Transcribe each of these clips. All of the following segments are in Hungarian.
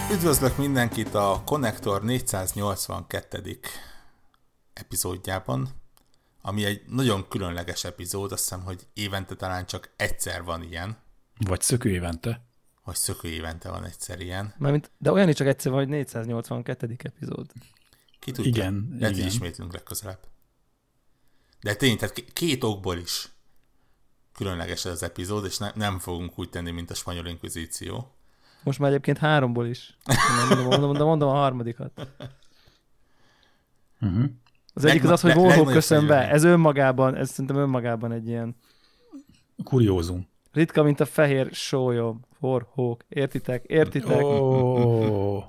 Üdvözlök mindenkit a Konnektor 482. epizódjában, ami egy nagyon különleges epizód, azt hiszem, hogy évente talán csak egyszer van ilyen. Vagy szökő évente. Vagy szökő évente van egyszer ilyen. De olyan is csak egyszer van, hogy 482. epizód. Ki tudja? Igen. Lehet, hogy ismétlünk legközelebb. De tény, tehát két okból is különleges ez az epizód, és nem fogunk úgy tenni, mint a spanyol inkvizíció. Most már egyébként 3-ból is. Mondom a harmadikat. Az egyik az, hogy Warhawk köszön be. Ez szerintem önmagában egy ilyen... Kuriózum. Ritka, mint a fehér sólyom. Warhawk. Értitek? Oh.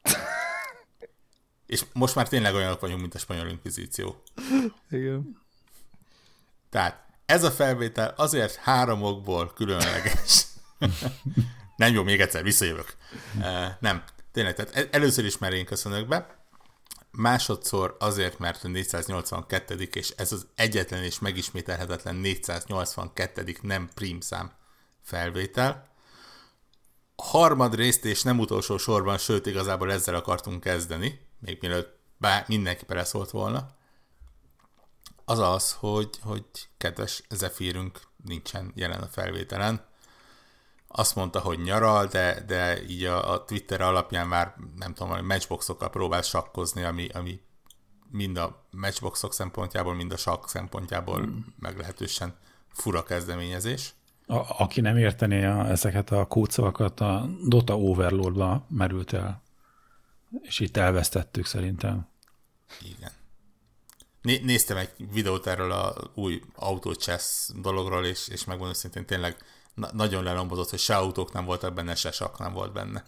És most már tényleg olyanok vagyunk, mint a spanyol inkvizíció. Igen. Tehát ez a felvétel azért 3 okból különleges. Nem jó, még egyszer, visszajövök. Nem, tényleg, tehát először is már én köszönök be, másodszor azért, mert a 482. és ez az egyetlen és megismételhetetlen 482. nem prímszám felvétel. Harmadrészt és nem utolsó sorban, sőt igazából ezzel akartunk kezdeni, még mielőtt mindenki beleszólt volna, az az, hogy kedves Zephyrünk nincsen jelen a felvételen. Azt mondta, hogy nyaral, de így a Twitter alapján már nem tudom, hogy matchboxokkal próbál sakkozni, ami mind a matchboxok szempontjából, mind a sakk szempontjából meglehetősen fura kezdeményezés. Aki nem értené ezeket a kódszavakat, a Dota Overlordba merült el, és itt elvesztettük szerintem. Igen. Néztem egy videót erről a új AutoChess dologról, és megmondom szintén tényleg nagyon lelombozott, hogy se autók nem voltak benne, se sakk nem volt benne.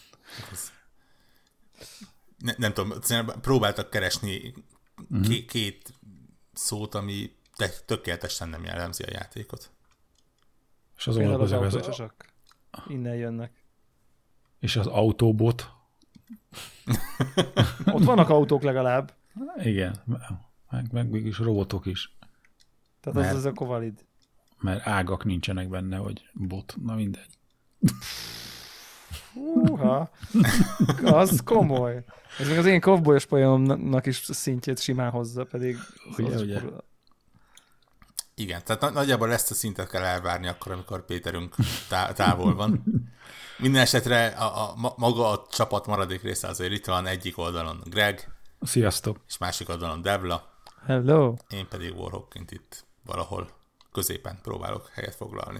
Nem tudom, próbáltak keresni két szót, ami tökéletesen nem jellemzi a játékot. És az autócsasak innen jönnek. És az autóbot. Ott vannak autók legalább. Igen, meg mégis robotok is. Tehát az akkor valid. Mert ágak nincsenek benne, hogy bot. Na mindegy. Húha, az komoly. Ez még az én kovbolyos poénomnak is szintjét simán hozza, pedig... Ugye. Igen, tehát nagyjából ezt a szintet kell elvárni akkor, amikor Péterünk távol van. Minden esetre maga a csapat maradék része azért itt van, egyik oldalon Greg. Sziasztok. És másik oldalon Devla. Hello. Én pedig Warhawkként itt valahol középen próbálok helyet foglalni.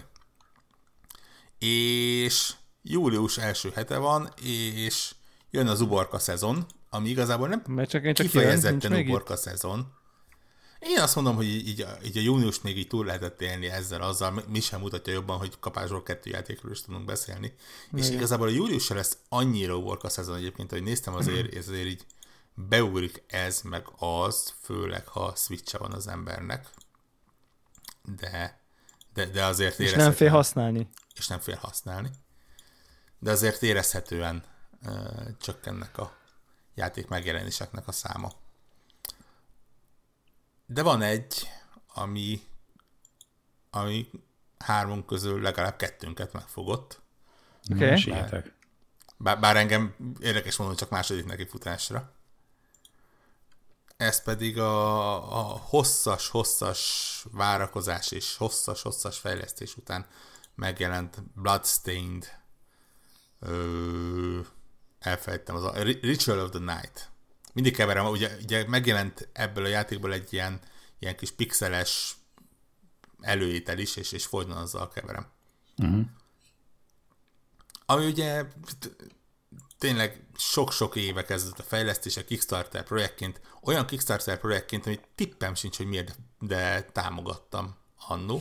És július első hete van, és jön az uborka szezon, ami igazából nem kifejezetten uborka szezon. Én azt mondom, hogy így a júniust még így túl lehetett élni ezzel-azzal, mi sem mutatja jobban, hogy kapásról 2 játékról is tudunk beszélni. Igen. És igazából a július sem lesz annyira uborka szezon egyébként, hogy néztem azért így beugrik ez, meg az, főleg ha Switch-e van az embernek. De azért és nem fél használni. És nem fél használni. De azért érezhetően csökkennek a játék megjelenéseknek a száma. De van egy, ami 3 közül legalább 2-nket megfogott. Oké. Bár engem érdekes mondani csak második nekifutásra. Ez pedig a hosszas várakozás és hosszas fejlesztés után megjelent Bloodstained, elfelejtettem, a Ritual of the Night. Mindig keverem, ugye megjelent ebből a játékból egy ilyen kis pixeles előétel is, és folyton azzal keverem. Ami ugye tényleg sok-sok éve kezdett a fejlesztése Kickstarter projektként, olyan Kickstarter projektként, amit tippem sincs, hogy miért, de támogattam annó.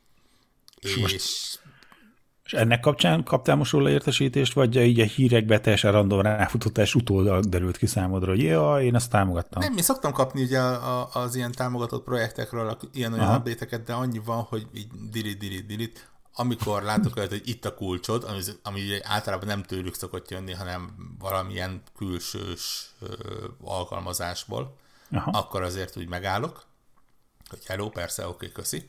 És ennek kapcsán kaptál most róla értesítést, vagy így a hírekbe teljesen random ráfutottál, és utólag derült ki számodra, hogy jaj, én azt támogattam. Nem, mi szoktam kapni ugye az ilyen támogatott projektekről ilyen-olyan update-eket, de annyi van, hogy így delete. Amikor látok olyat, hogy itt a kulcsod, ami ugye általában nem tőlük szokott jönni, hanem valamilyen külsős alkalmazásból, akkor azért úgy megállok, hogy hello, persze, oké, köszi.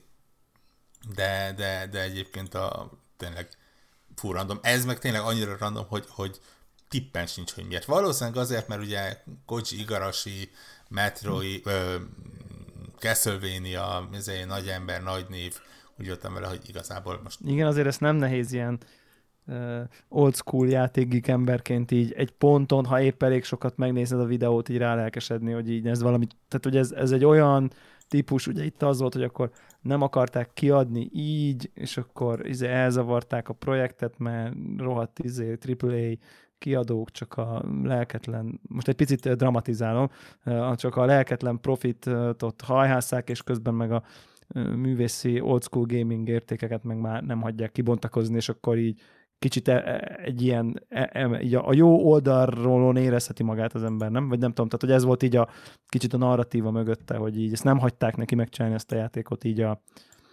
De egyébként tényleg fú random. Ez meg tényleg annyira random, hogy tippen sincs, hogy miért. Valószínűleg azért, mert ugye Koji Igarashi, Metroid, Castlevania, nagy ember, nagy név, úgy jöttem vele, hogy igazából most... Igen, azért ezt nem nehéz ilyen old school játékgeek emberként így egy ponton, ha épp elég sokat megnézed a videót, így rálelkesedni, hogy így ez valami, tehát hogy ez egy olyan típus, ugye itt az volt, hogy akkor nem akarták kiadni így, és akkor elzavarták a projektet, mert rohadt AAA kiadók csak a lelketlen, most egy picit dramatizálom, csak a lelketlen profitot hajhásszák, és közben meg a művészi old school gaming értékeket meg már nem hagyják kibontakozni, és akkor így kicsit egy ilyen, így a jó oldalról érezheti magát az ember, nem? Vagy nem tudom, tehát hogy ez volt így a kicsit a narratíva mögötte, hogy így ezt nem hagyták neki megcsinálni ezt a játékot így az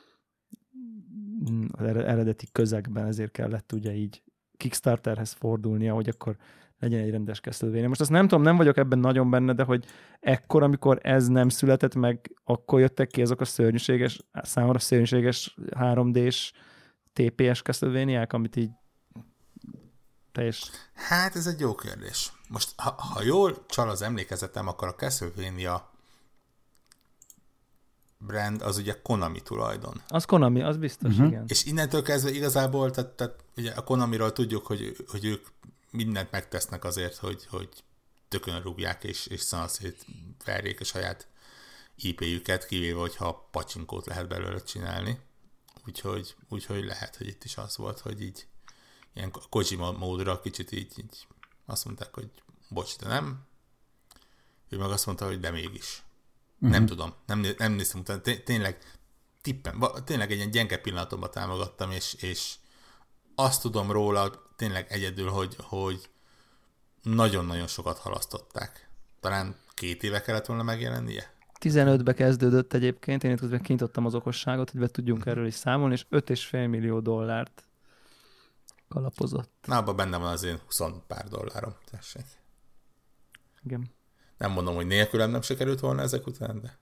eredeti közegben, ezért kellett ugye így Kickstarterhez fordulnia, hogy akkor legyen egy rendes Castlevania. Most azt nem tudom, nem vagyok ebben nagyon benne, de hogy ekkor, amikor ez nem született meg, akkor jöttek ki azok a szörnyűséges, számomra szörnyűséges 3D-s TPS Castlevaniák, amit így teljes... Hát ez egy jó kérdés. Most, ha jól csal az emlékezetem, akkor a Castlevania brand az ugye Konami tulajdon. Az Konami, az biztos, igen. És innentől kezdve igazából, tehát ugye a Konamiról tudjuk, hogy ők mindent megtesznek azért, hogy tökön rúgják és szanaszét verjék a saját IP-jüket, kivéve, hogyha pacsinkót lehet belőle csinálni. Úgyhogy lehet, hogy itt is az volt, hogy így ilyen Kojima módra kicsit így azt mondták, hogy bocs, de nem. Ő meg azt mondta, hogy de mégis. Nem tudom, nem néztem utána. Tényleg egy ilyen gyenge pillanatomban támogattam, és azt tudom róla tényleg egyedül, hogy nagyon-nagyon sokat halasztották. Talán 2 éve kellett volna megjelennie? 15-be kezdődött egyébként, én itt közben kinyitottam az okosságot, hogy be tudjunk erről is számolni, és $5,5 millió kalapozott. Na, abban benne van az én 20 pár dollárom, tessék. Igen. Nem mondom, hogy nélkülem nem sikerült volna ezek után, de...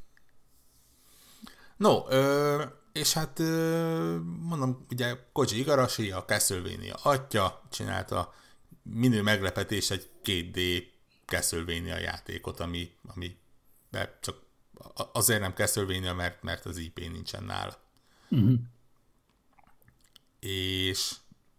No, és hát mondom, ugye Koji Igarashi, a Castlevania atya csinálta minő meglepetés egy 2D Castlevania játékot, ami csak azért nem Castlevania, mert az IP nincsen nála. Uh-huh. És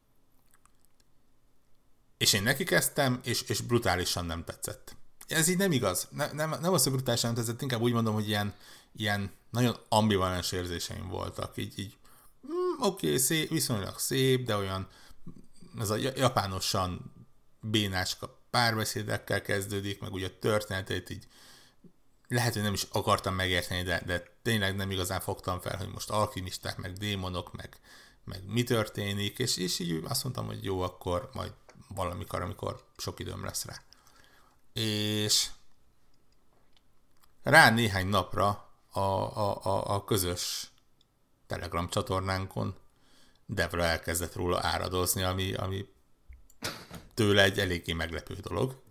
én neki kezdtem, és brutálisan nem tetszett. Ez így nem igaz. Nem az, hogy brutálisan nem tetszett, inkább úgy mondom, hogy ilyen nagyon ambivalens érzéseim voltak. Így oké, szép, viszonylag szép, de olyan ez a japánosan bénácska párbeszédekkel kezdődik, meg ugye a történetét így lehet, hogy nem is akartam megérteni, de tényleg nem igazán fogtam fel, hogy most alkimisták, meg démonok, meg mi történik, és így azt mondtam, hogy jó, akkor majd valamikor, amikor sok időm lesz rá. És rá néhány napra a közös Telegram csatornánkon Devra elkezdett róla áradozni, ami tőle egy eléggé meglepő dolog.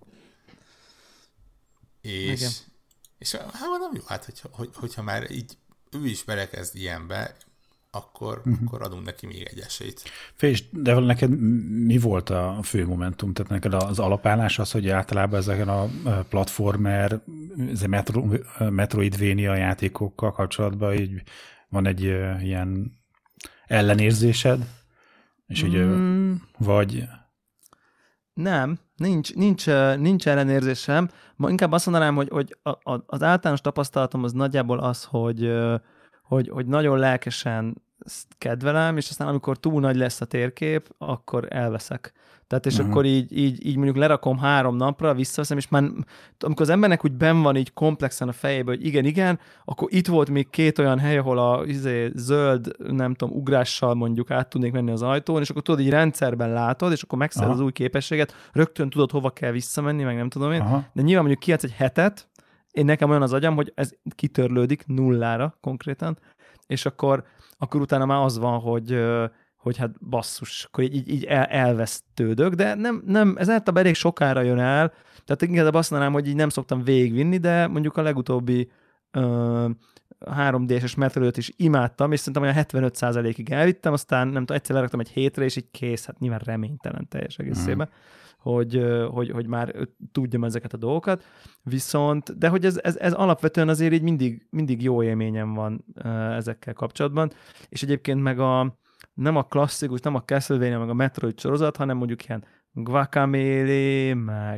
És hát mondom, jó, hát hogyha már így ő is belekezd ilyenbe, akkor adunk neki még egy esélyt. Fés, de neked mi volt a fő momentum? Tehát neked az alapállás az, hogy általában ezeken a platformer, Metroidvania játékokkal kapcsolatban így van egy ilyen ellenérzésed? És ugye, vagy... Nem, nincs ellenérzésem. Inkább azt mondanám, hogy az általános tapasztalatom az nagyjából az, hogy nagyon lelkesen kedvelem, és aztán amikor túl nagy lesz a térkép, akkor elveszek. Tehát és akkor így mondjuk lerakom 3 napra, visszaveszem, és már amikor az embernek úgy benn van így komplexen a fejében, hogy igen, akkor itt volt még 2 olyan hely, ahol a zöld, nem tudom, ugrással mondjuk át tudnék menni az ajtón, és akkor tudod, így rendszerben látod, és akkor megszered az új képességet, rögtön tudod, hova kell visszamenni, meg nem tudom én. De nyilván mondjuk kiadsz egy hetet, én nekem olyan az agyam, hogy ez kitörlődik 0-ra konkrétan, és akkor utána már az van, hogy hát basszus, akkor így elvesztődök, de nem, ez általában elég sokára jön el, tehát inkább azt mondanám, hogy így nem szoktam végigvinni, de mondjuk a legutóbbi 3D-es Metroidot is imádtam, és szerintem olyan 75%-ig elvittem, aztán nem tudom, egyszer leraktam egy hétre, és így kész, hát nyilván reménytelen teljes egészében, hogy már tudjam ezeket a dolgokat, viszont, de hogy ez alapvetően azért így mindig jó élményem van ezekkel kapcsolatban, és egyébként meg nem a klasszikus, nem a Castlevania, meg a Metroid sorozat, hanem mondjuk ilyen Guacamelee,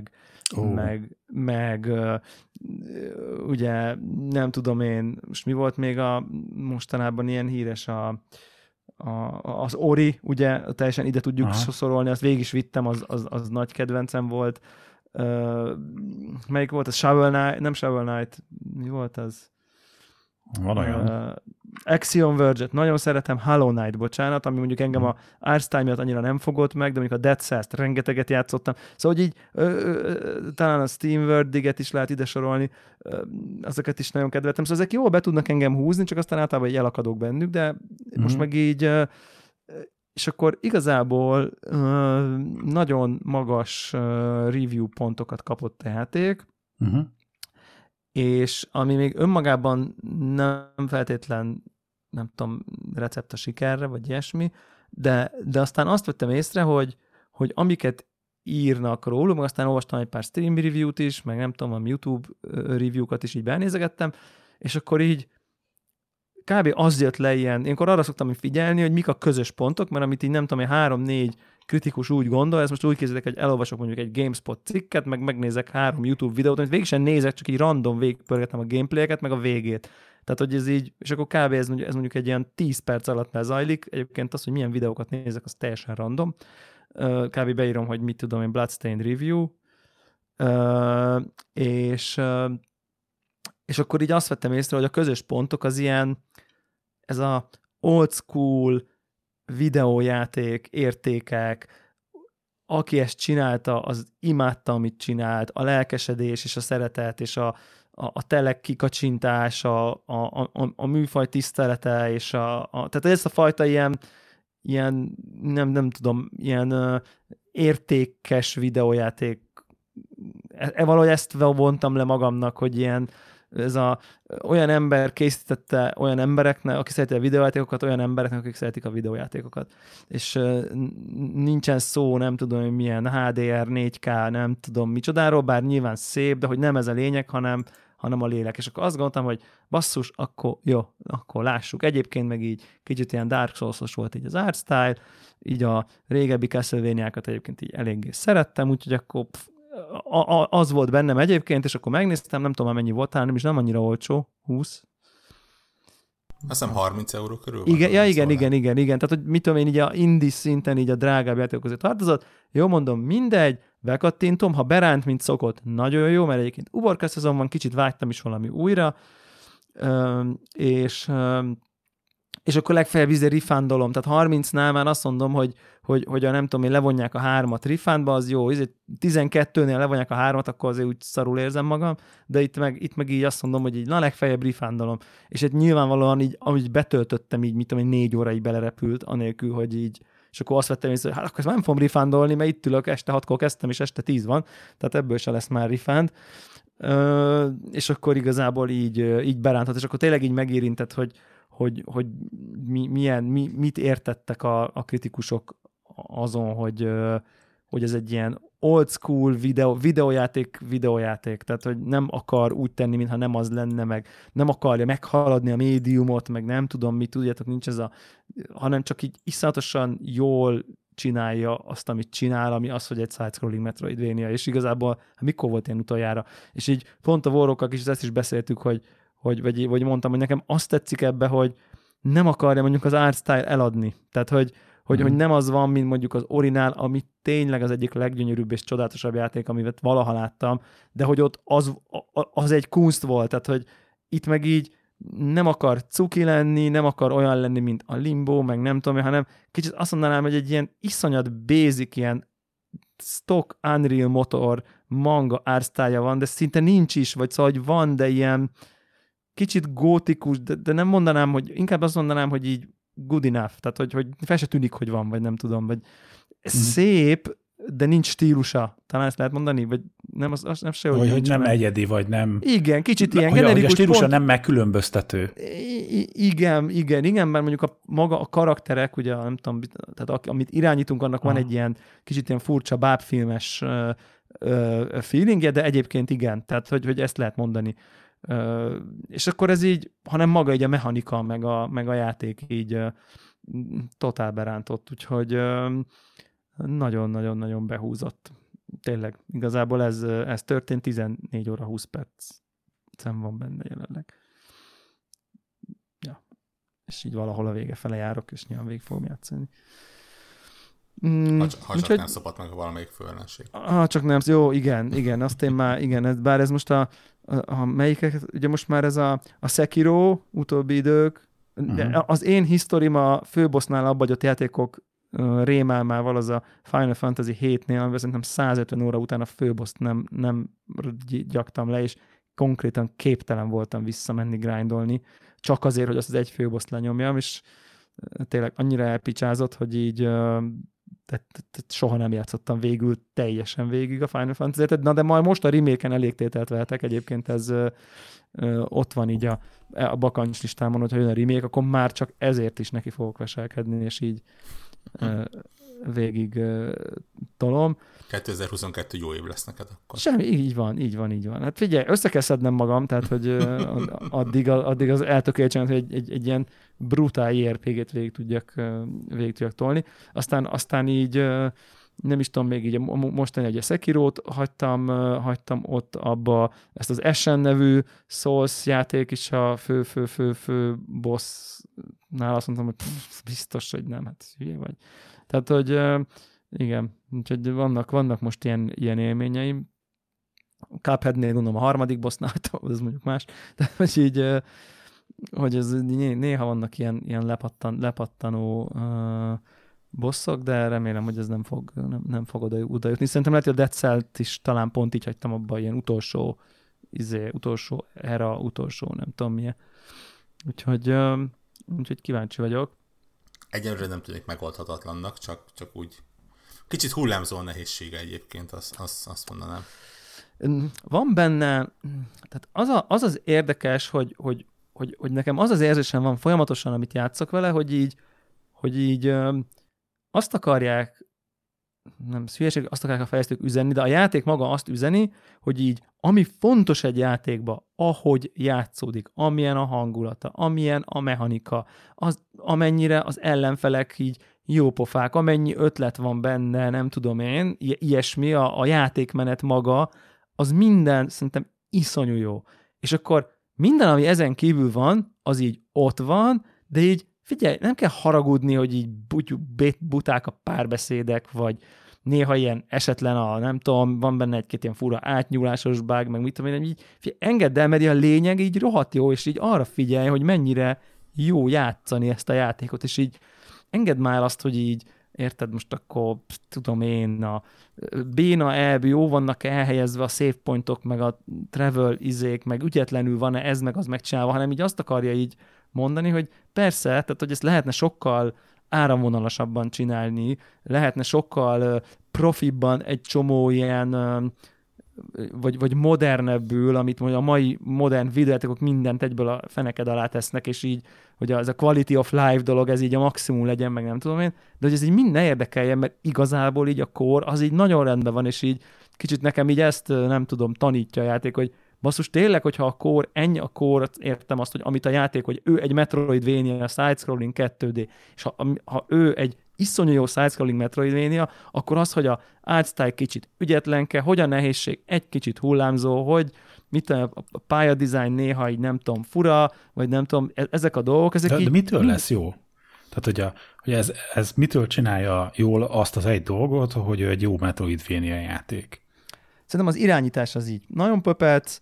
meg ugye nem tudom én, most mi volt még mostanában ilyen híres az Ori, ugye teljesen ide tudjuk sorolni, azt végig is vittem, az nagy kedvencem volt. Melyik volt? Az Shovel Knight, nem Shovel Knight, mi volt az? Van olyan. Axiom Verge-et nagyon szeretem, Hollow Knight, bocsánat, ami mondjuk engem a Artstyle miatt annyira nem fogott meg, de mondjuk a Dead Cells-t rengeteget játszottam. Szóval, hogy így talán a Steam World-iget is lehet ide sorolni, azokat is nagyon kedveltem. Szóval ezek jól be tudnak engem húzni, csak aztán általában így elakadok bennük, de most meg így és akkor igazából nagyon magas review pontokat kapott a játék, és ami még önmagában nem feltétlen, nem tudom, recept a sikerre, vagy ilyesmi, de aztán azt vettem észre, hogy amiket írnak róla, meg aztán olvastam egy pár Steam review-t is, meg nem tudom, a YouTube review-kat is így benézegettem, és akkor így kb. Az jött le ilyen, énkor arra szoktam figyelni, hogy mik a közös pontok, mert amit így nem tudom, 3-4 kritikus úgy gondol, ezt most úgy készítek, hogy elolvasok mondjuk egy GameSpot cikket, meg megnézek 3 YouTube videót, amit végig sem nézek, csak így random végigpörgetem a gameplayeket, meg a végét. Tehát, hogy ez így, és akkor kb. Ez mondjuk egy ilyen 10 perc alatt lezajlik. Egyébként az, hogy milyen videókat nézek, az teljesen random. Kb. Beírom, hogy mit tudom én, Bloodstained Review, és akkor így azt vettem észre, hogy a közös pontok az ilyen, ez a old school videójáték, értékek, aki ezt csinálta, az imádta, amit csinált, a lelkesedés és a szeretet, és a telek kikacsintás, a műfaj tisztelete, és tehát ez a fajta ilyen nem tudom, ilyen értékes videójáték. Valahogy ezt vontam le magamnak, hogy ilyen olyan ember készítette olyan embereknek, aki szereti a videójátékokat, olyan embereknek, akik szeretik a videójátékokat. És nincsen szó, nem tudom, hogy milyen HDR, 4K, nem tudom micsodáról, bár nyilván szép, de hogy nem ez a lényeg, hanem a lélek. És akkor azt gondoltam, hogy basszus, akkor jó, akkor lássuk. Egyébként meg így kicsit ilyen Dark Souls-os volt így az art style, így a régebbi Castlevania-kat egyébként így eléggé szerettem, úgyhogy akkor az volt bennem egyébként, és akkor megnéztem, nem tudom, mennyi volt, talán nem annyira olcsó, 20. Azt hiszem 30 euró körül van. Igen. Tehát, hogy mit tudom én, így a indie szinten így a drágább játékok közé tartozott. Jó, mondom, mindegy, bekattintom, ha beránt, mint szokott, nagyon jó, mert egyébként uborka szezon van, kicsit vágytam is valami újra, és akkor legfeljebb refundolom. Tehát 30-nál már azt mondom, hogy a nem tudom én, levonják a 3-at refundba, az jó, 12-nél levonják a 3-at, akkor azért úgy szarul érzem magam, de itt meg így azt mondom, hogy így, na legfeljebb refundolom. És itt nyilvánvalóan így, amit betöltöttem, így mit tudom én, 4 óra így belerepült, anélkül, hogy így, és akkor azt vettem észre, hogy hát akkor nem fogom refundolni, mert itt ülök, este 6-kor kezdtem, és este 10 van, tehát ebből se lesz már refund. És akkor igazából így berántott, és akkor tényleg így megérintett, hogy mit értettek a kritikusok azon, hogy ez egy ilyen old school videójáték, tehát hogy nem akar úgy tenni, mintha nem az lenne, meg nem akarja meghaladni a médiumot, meg nem tudom mit, tudjátok, nincs ez hanem csak így iszonyatosan jól csinálja azt, amit csinál, ami az, hogy egy side-scrolling Metroidvania, és igazából mikor volt ilyen utoljára? És így pont a Warrock-kal is ezt is beszéltük, vagy mondtam, hogy nekem azt tetszik ebbe, hogy nem akarja mondjuk az art style eladni. Tehát, hogy nem az van, mint mondjuk az Orinál, ami tényleg az egyik leggyönyörűbb és csodálatosabb játék, amit valaha láttam, de hogy ott az egy kunst volt, tehát, hogy itt meg így nem akar cuki lenni, nem akar olyan lenni, mint a Limbo, meg nem tudom, hanem kicsit azt mondanám, hogy egy ilyen iszonyat basic, ilyen stock Unreal motor manga art style van, de szinte nincs is, vagy szóval, hogy van, de ilyen kicsit gótikus, de nem mondanám, hogy inkább azt mondanám, hogy így good enough, tehát hogy fel se tűnik, hogy van, vagy nem tudom, vagy szép, de nincs stílusa. Talán ezt lehet mondani? Vagy nem, az nem se, hogy nem egyedi, vagy nem... Igen, kicsit ilyen generikus. generikus. A stílusa nem megkülönböztető. Igen, mert mondjuk maga a karakterek, ugye, nem tudom, tehát amit irányítunk, annak van egy ilyen kicsit ilyen furcsa bábfilmes feelingje, de egyébként igen, tehát hogy ezt lehet mondani. És akkor ez így, hanem maga így a mechanika, meg a játék így totál berántott, úgyhogy nagyon-nagyon-nagyon behúzott. Tényleg, igazából ez történt, 14 óra 20 percen van benne jelenleg. Ja. És így valahol a vége fele járok, és nyilván végig fogom játszani. Ha csak nem szopat meg valamelyik főellenség. Csak nem, jó, igen, azt én már, igen, bár ez most a melyikek, ugye most már ez a Sekiro utóbbi idők, de az én historim a főbossnál abbagyott játékok rémálmával az a Final Fantasy 7-nél, amivel szerintem 150 óra után a főboszt nem gyaktam le, és konkrétan képtelen voltam visszamenni grindolni, csak azért, hogy azt az egy főboszt lenyomjam, és tényleg annyira elpicsázott, hogy így tehát soha nem játszottam végül teljesen végig a Final Fantasy-t, na de majd most a remake-en elég tételt vehetek, egyébként ez ott van így a bakancs listámon, hogyha jön a remake, akkor már csak ezért is neki fogok veselkedni, és így végig tolom. 2022 jó év lesz neked akkor. Semmi, így van. Hát figyelj, össze kell szednem magam, tehát hogy addig az eltökéltséget, hogy egy ilyen brutál IRPG-t végig tudjak tolni. Aztán így nem is tudom, még így mostani egy Sekirót hagytam ott abba, ezt az Ashen nevű Souls játék is a fő bossnál azt mondtam, hogy biztos, hogy nem, hát hülye vagy. Tehát, hogy igen, úgyhogy vannak most ilyen élményeim. Cupheadnél gondolom a harmadik bossnál, az mondjuk más. Tehát, hogy így, hogy ez néha vannak ilyen lepattanó bosszok, de remélem, hogy ez nem fog oda jutni. Szerintem lehet, hogy a Dead Cell-t is talán pont így hagytam abba, ilyen utolsó nem tudom milyen. Úgyhogy kíváncsi vagyok. Egyelőre nem tűnik megoldhatatlannak, csak úgy kicsit hullámzó a nehézsége egyébként, azt mondanám. Van benne, tehát az érdekes, hogy nekem az érzésem van folyamatosan, amit játszok vele, hogy így azt akarják, nem szülyeség, azt akarják a fejlesztők üzenni, de a játék maga azt üzeni, hogy így ami fontos egy játékba, ahogy játszódik, amilyen a hangulata, amilyen a mechanika, amennyire az ellenfelek így jópofák, amennyi ötlet van benne, nem tudom én, ilyesmi, a játékmenet maga, az minden szerintem iszonyú jó. És akkor minden, ami ezen kívül van, az így ott van, de így figyelj, nem kell haragudni, hogy így buták a párbeszédek, vagy néha ilyen esetlen nem tudom, van benne egy-két ilyen fura átnyúlásos bug, meg mit tudom én, így engedd el, mert a lényeg így rohadt jó, és így arra figyelj, hogy mennyire jó játszani ezt a játékot, és így engedd már azt, hogy így érted, most akkor tudom én, a béna elbű, jó vannak elhelyezve a save pointok, meg a travel izék, meg ügyetlenül van-e ez, meg az megcsinálva, hanem így azt akarja így mondani, hogy persze, tehát hogy ezt lehetne sokkal áramvonalasabban csinálni, lehetne sokkal profibban egy csomó ilyen vagy modernebbül, amit mondja, a mai modern videójátékok mindent egyből a feneked alá tesznek, és így, hogy ez a quality of life dolog, ez így a maximum legyen, meg nem tudom én, de hogy ez így mind ne érdekeljen, mert igazából így a core, az így nagyon rendben van, és így kicsit nekem így ezt, nem tudom, tanítja a játék, hogy basszus, tényleg, hogyha a core, ennyi a core, értem azt, hogy amit a játék, hogy ő egy Metroidvania, side-scrolling 2D, és ha ő egy iszonyú jó side-scrolling Metroidvania, akkor az, hogy a artstyle kicsit ügyetlenke, hogy a nehézség egy kicsit hullámzó, hogy mit a pályadizájn néha így nem tudom, fura, vagy nem tudom, ezek a dolgok, ezek de mitől lesz jó? Tehát, hogy ez mitől csinálja jól azt az egy dolgot, hogy ő egy jó Metroidvania játék? Szerintem az irányítás az így nagyon pöpec,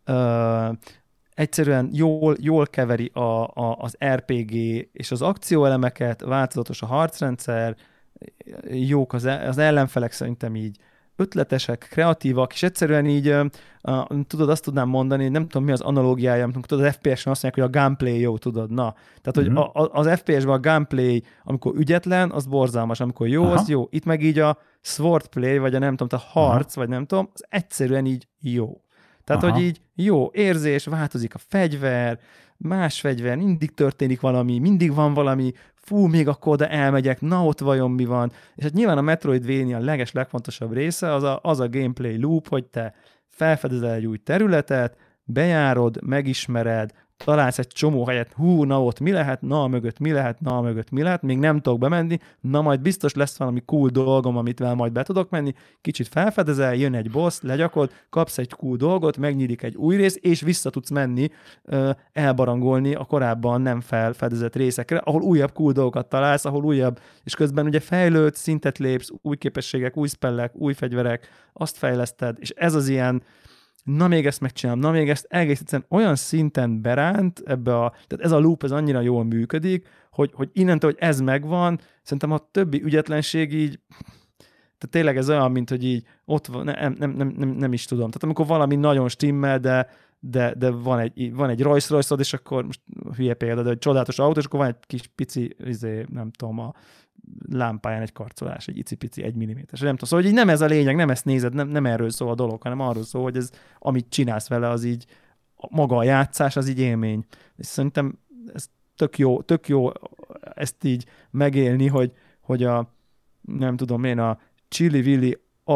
egyszerűen jól keveri az RPG és az akcióelemeket, változatos a harcrendszer, jók az ellenfelek szerintem így ötletesek, kreatívak, és egyszerűen így, tudod, azt tudnám mondani, nem tudom mi az analógiája, amikor tudod, az FPS-en azt mondják, hogy a gunplay jó, tudod, na. Tehát, hogy az FPS-ben a gunplay, amikor ügyetlen, az borzalmas, amikor jó, az jó. Itt meg így a swordplay, vagy a nem tudom, a harc, vagy nem tudom, az egyszerűen így jó. Tehát, hogy így jó érzés, változik a fegyver, más fegyver, mindig történik valami, mindig van valami, fú, még akkor oda elmegyek, na ott vajon mi van. És hát nyilván a Metroidvania a legfontosabb része az a gameplay loop, hogy te felfedezel egy új területet, bejárod, megismered, találsz egy csomó helyet, na ott mi lehet, na mögött mi lehet, na mögött mi lehet, még nem tudok bemenni, na majd biztos lesz valami cool dolgom, amitvel majd be tudok menni, kicsit felfedezel, jön egy boss, legyakod, kapsz egy cool dolgot, megnyílik egy új rész, és vissza tudsz menni, elbarangolni a korábban nem felfedezett részekre, ahol újabb cool dolgokat találsz, ahol újabb, és közben ugye fejlődsz, szintet lépsz, új képességek, új spellek, új fegyverek, azt fejleszted, és ez az ilyen na még ezt megcsinálom, na még ezt egész egyszerűen olyan szinten beránt tehát ez a loop, ez annyira jól működik, hogy innentől, hogy ez megvan, szerintem a többi ügyetlenség így, tehát tényleg ez olyan, mint hogy így ott van, nem is tudom. Tehát amikor valami nagyon stimmel, de van egy Rolls-Royce-od, és akkor most hülye példa, de egy csodálatos autó, és akkor van egy kis pici, nem tudom, a lámpáján egy karcolás, egy icipici 1 milliméteres. Nem tudom, szóval hogy így nem ez a lényeg, nem ezt nézed, nem erről szól a dolog, hanem arról szól, hogy ez, amit csinálsz vele, az így maga a játszás, az így élmény. És szerintem ez tök jó ezt így megélni, hogy a nem tudom én, a Chili-Willy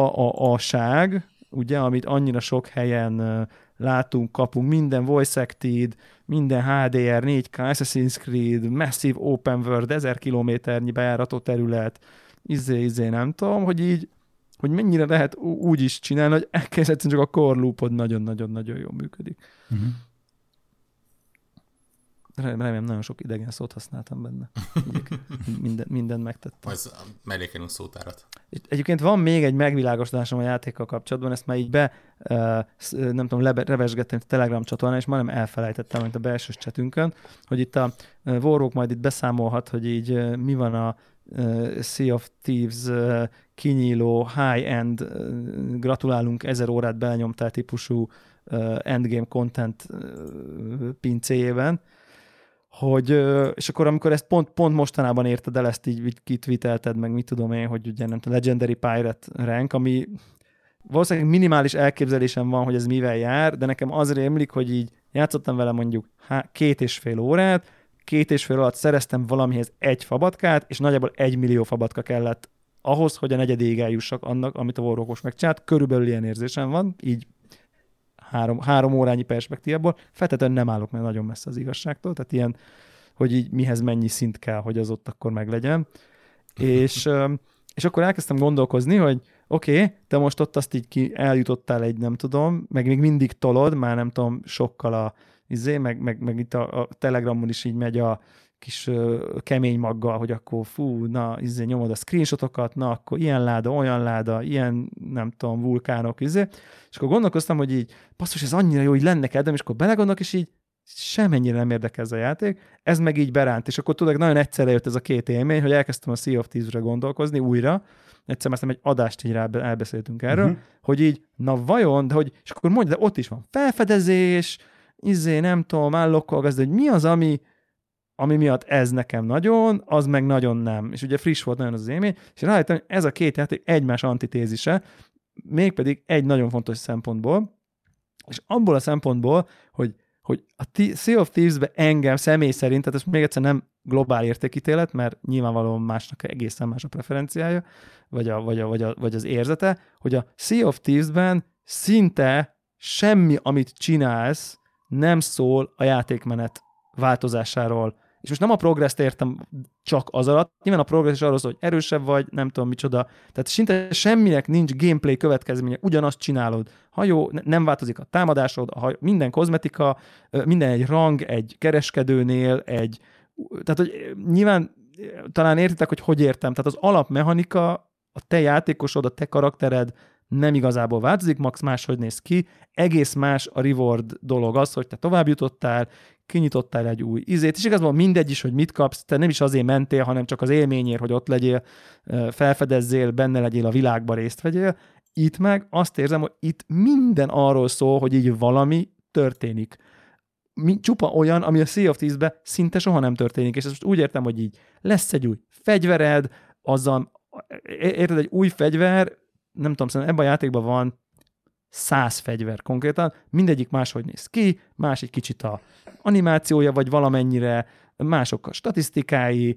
a-ság, ugye, amit annyira sok helyen látunk, kapunk, minden voice acted, minden HDR, 4K, Assassin's Creed, Massive Open World, 1000 kilométernyi bejárató terület, nem tudom, hogy mennyire lehet úgy is csinálni, hogy elkezdhetően csak a core loopod nagyon-nagyon-nagyon jól működik. Uh-huh. Remélem, nagyon sok idegen szót használtam benne. Mindent megtettem. Majd mellékelünk szótárat. Egyébként van még egy megvilágosodásom a játékkal kapcsolatban, ezt már így nem tudom, revesgettem a Telegram csatornán, és majdnem elfelejtettem, mint a belső chatünkön, hogy itt a Warhawk majd itt beszámolhat, hogy így mi van a Sea of Thieves kinyíló high-end, gratulálunk 1000 órát belenyomtál típusú endgame content pincéjében, és akkor amikor ezt pont mostanában érted el, ezt így kitweetelted, meg mit tudom én, hogy ugye nem tudom, Legendary Pirate rank, ami valószínűleg minimális elképzelésem van, hogy ez mivel jár, de nekem az rémlik, hogy így játszottam vele mondjuk 2,5 órát, 2,5 alatt szereztem valamihez egy fabatkát, és nagyjából 1 millió fabatka kellett ahhoz, hogy a negyedéig eljussak annak, amit a Warhawk megcsinált. Körülbelül ilyen érzésem van, így 3 órányi perspektívából. Feltétlenül nem állok meg nagyon messze az igazságtól, tehát ilyen, hogy így mihez mennyi szint kell, hogy az ott akkor meglegyen. És akkor elkezdtem gondolkozni, hogy oké, te most ott azt így eljutottál egy, nem tudom, meg még mindig tolod, már nem tudom, sokkal meg itt a Telegramon is így megy a kis kemény maggal, hogy akkor nyomod a screenshotokat, na akkor ilyen láda, olyan láda, ilyen nem tudom, vulkánok, és akkor gondolkoztam, hogy így, basszus, ez annyira jó, hogy lenne kedvem, és akkor belegondolok, és így semennyire nem érdekel ez a játék, ez meg így beránt, és akkor tudod, nagyon egyszerre jött ez a két élmény, hogy elkezdtem a Sea of Thieves-re gondolkozni újra, egyszer már egy adást így elbeszéltünk erről, hogy így, na vajon, de hogy, és akkor mondja, de ott is van felfedezés, nem tudom, állokkolgatni, hogy mi az, ami miatt ez nekem nagyon, az meg nagyon nem. És ugye friss volt nagyon az élmény, és rájöttem, hogy ez a két játék egymás antitézise, mégpedig egy nagyon fontos szempontból, és abból a szempontból, hogy a Sea of Thieves-be engem személy szerint, tehát ez még egyszer nem globál értékítélet, mert nyilvánvalóan másnak egészen más a preferenciája, vagy az érzete, hogy a Sea of Thieves-ben szinte semmi, amit csinálsz, nem szól a játékmenet változásáról. És most nem a progresszt értem csak az alatt, nyilván a progressz is arról szól, hogy erősebb vagy, nem tudom micsoda. Tehát szinte semminek nincs gameplay következménye, ugyanazt csinálod. Ha jó, nem változik a támadásod, minden kozmetika, minden egy rang, egy kereskedőnél, tehát hogy nyilván talán értitek, hogy értem. Tehát az alapmechanika, a te játékosod, a te karaktered nem igazából változik, max máshogy néz ki, egész más a reward dolog az, hogy te tovább jutottál, kinyitottál egy új izét, és igazából mindegy is, hogy mit kapsz, te nem is azért mentél, hanem csak az élményért, hogy ott legyél, felfedezzél, benne legyél a világba, részt vegyél. Itt meg azt érzem, hogy itt minden arról szól, hogy így valami történik. Csupa olyan, ami a Sea of Thieves-ben szinte soha nem történik, és ezt most úgy értem, hogy így lesz egy új fegyvered, azzal, érted, egy új fegyver, nem tudom, szerintem ebben a játékban van 100 fegyver konkrétan, mindegyik máshogy néz ki, más egy kicsit a animációja, vagy valamennyire mások a statisztikái,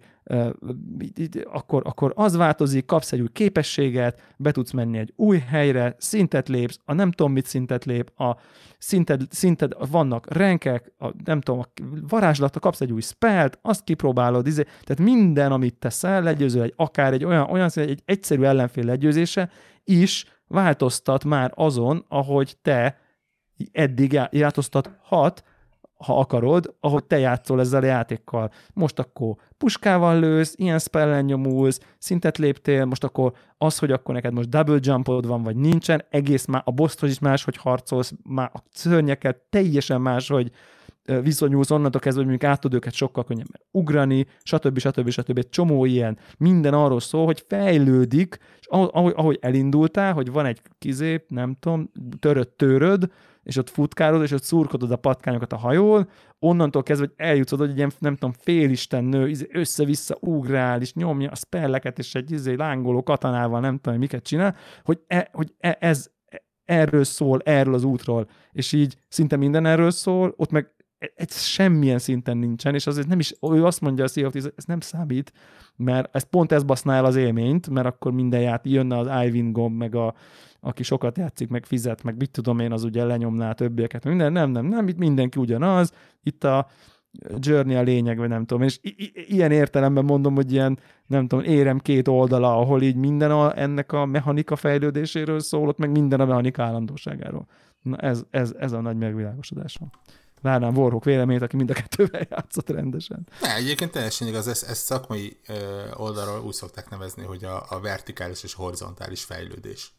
akkor az változik, kapsz egy új képességet, be tudsz menni egy új helyre, szintet lépsz, a nem tudom mit szintet lép, a szinted vannak rankek, nem tudom, a varázslata, kapsz egy új spellt, azt kipróbálod, tehát minden, amit teszel, legyőző akár egy olyan egy egyszerű ellenfél legyőzése is változtat már azon, ahogy te eddig játszoztathat, ha akarod, ahogy te játszol ezzel a játékkal. Most akkor puskával lősz, ilyen spellen nyomulsz, szintet léptél, most akkor az, hogy akkor neked most double jumpod van, vagy nincsen, egész már a bosshoz is más, hogy harcolsz, már a szörnyeket teljesen más, hogy viszonyulsz onnantól kezdve, hogy mondjuk át tud őket sokkal könnyebben ugrani, stb. Egy csomó ilyen. Minden arról szól, hogy fejlődik, és ahogy elindultál, hogy van egy nem tudom, töröd, és ott futkárod, és ott szurkodod a patkányokat a hajól, onnantól kezdve, hogy eljutsz oda, hogy egy ilyen, nem tudom, félisten nő, össze-vissza ugrál, és nyomja a spelleket, és egy lángoló katanával, nem tudom, miket csinál, hogy ez erről szól, erről az útról, és így szinte minden erről szól, ott meg ez semmilyen szinten nincsen, és azért nem is, ő azt mondja a Sea of Thieves, ez nem számít, mert ez baszná el az élményt, mert akkor minden jönne az Iwin gomb, meg aki sokat játszik, meg fizet, meg mit tudom én, az ugye lenyomná a többieket. Minden, nem, itt mindenki ugyanaz, itt a Journey a lényeg, vagy nem tudom, és ilyen értelemben mondom, hogy ilyen, nem tudom, érem két oldala, ahol így minden ennek a mechanika fejlődéséről szólott, meg minden a mechanika állandóságáról. Na ez a nagy megvilágosodásom. Várnám Warhawk véleményt, aki mind a kettővel játszott rendesen. Ne, egyébként teljesen igaz, ezt szakmai oldalról úgy szokták nevezni, hogy a vertikális és horizontális fejlődés.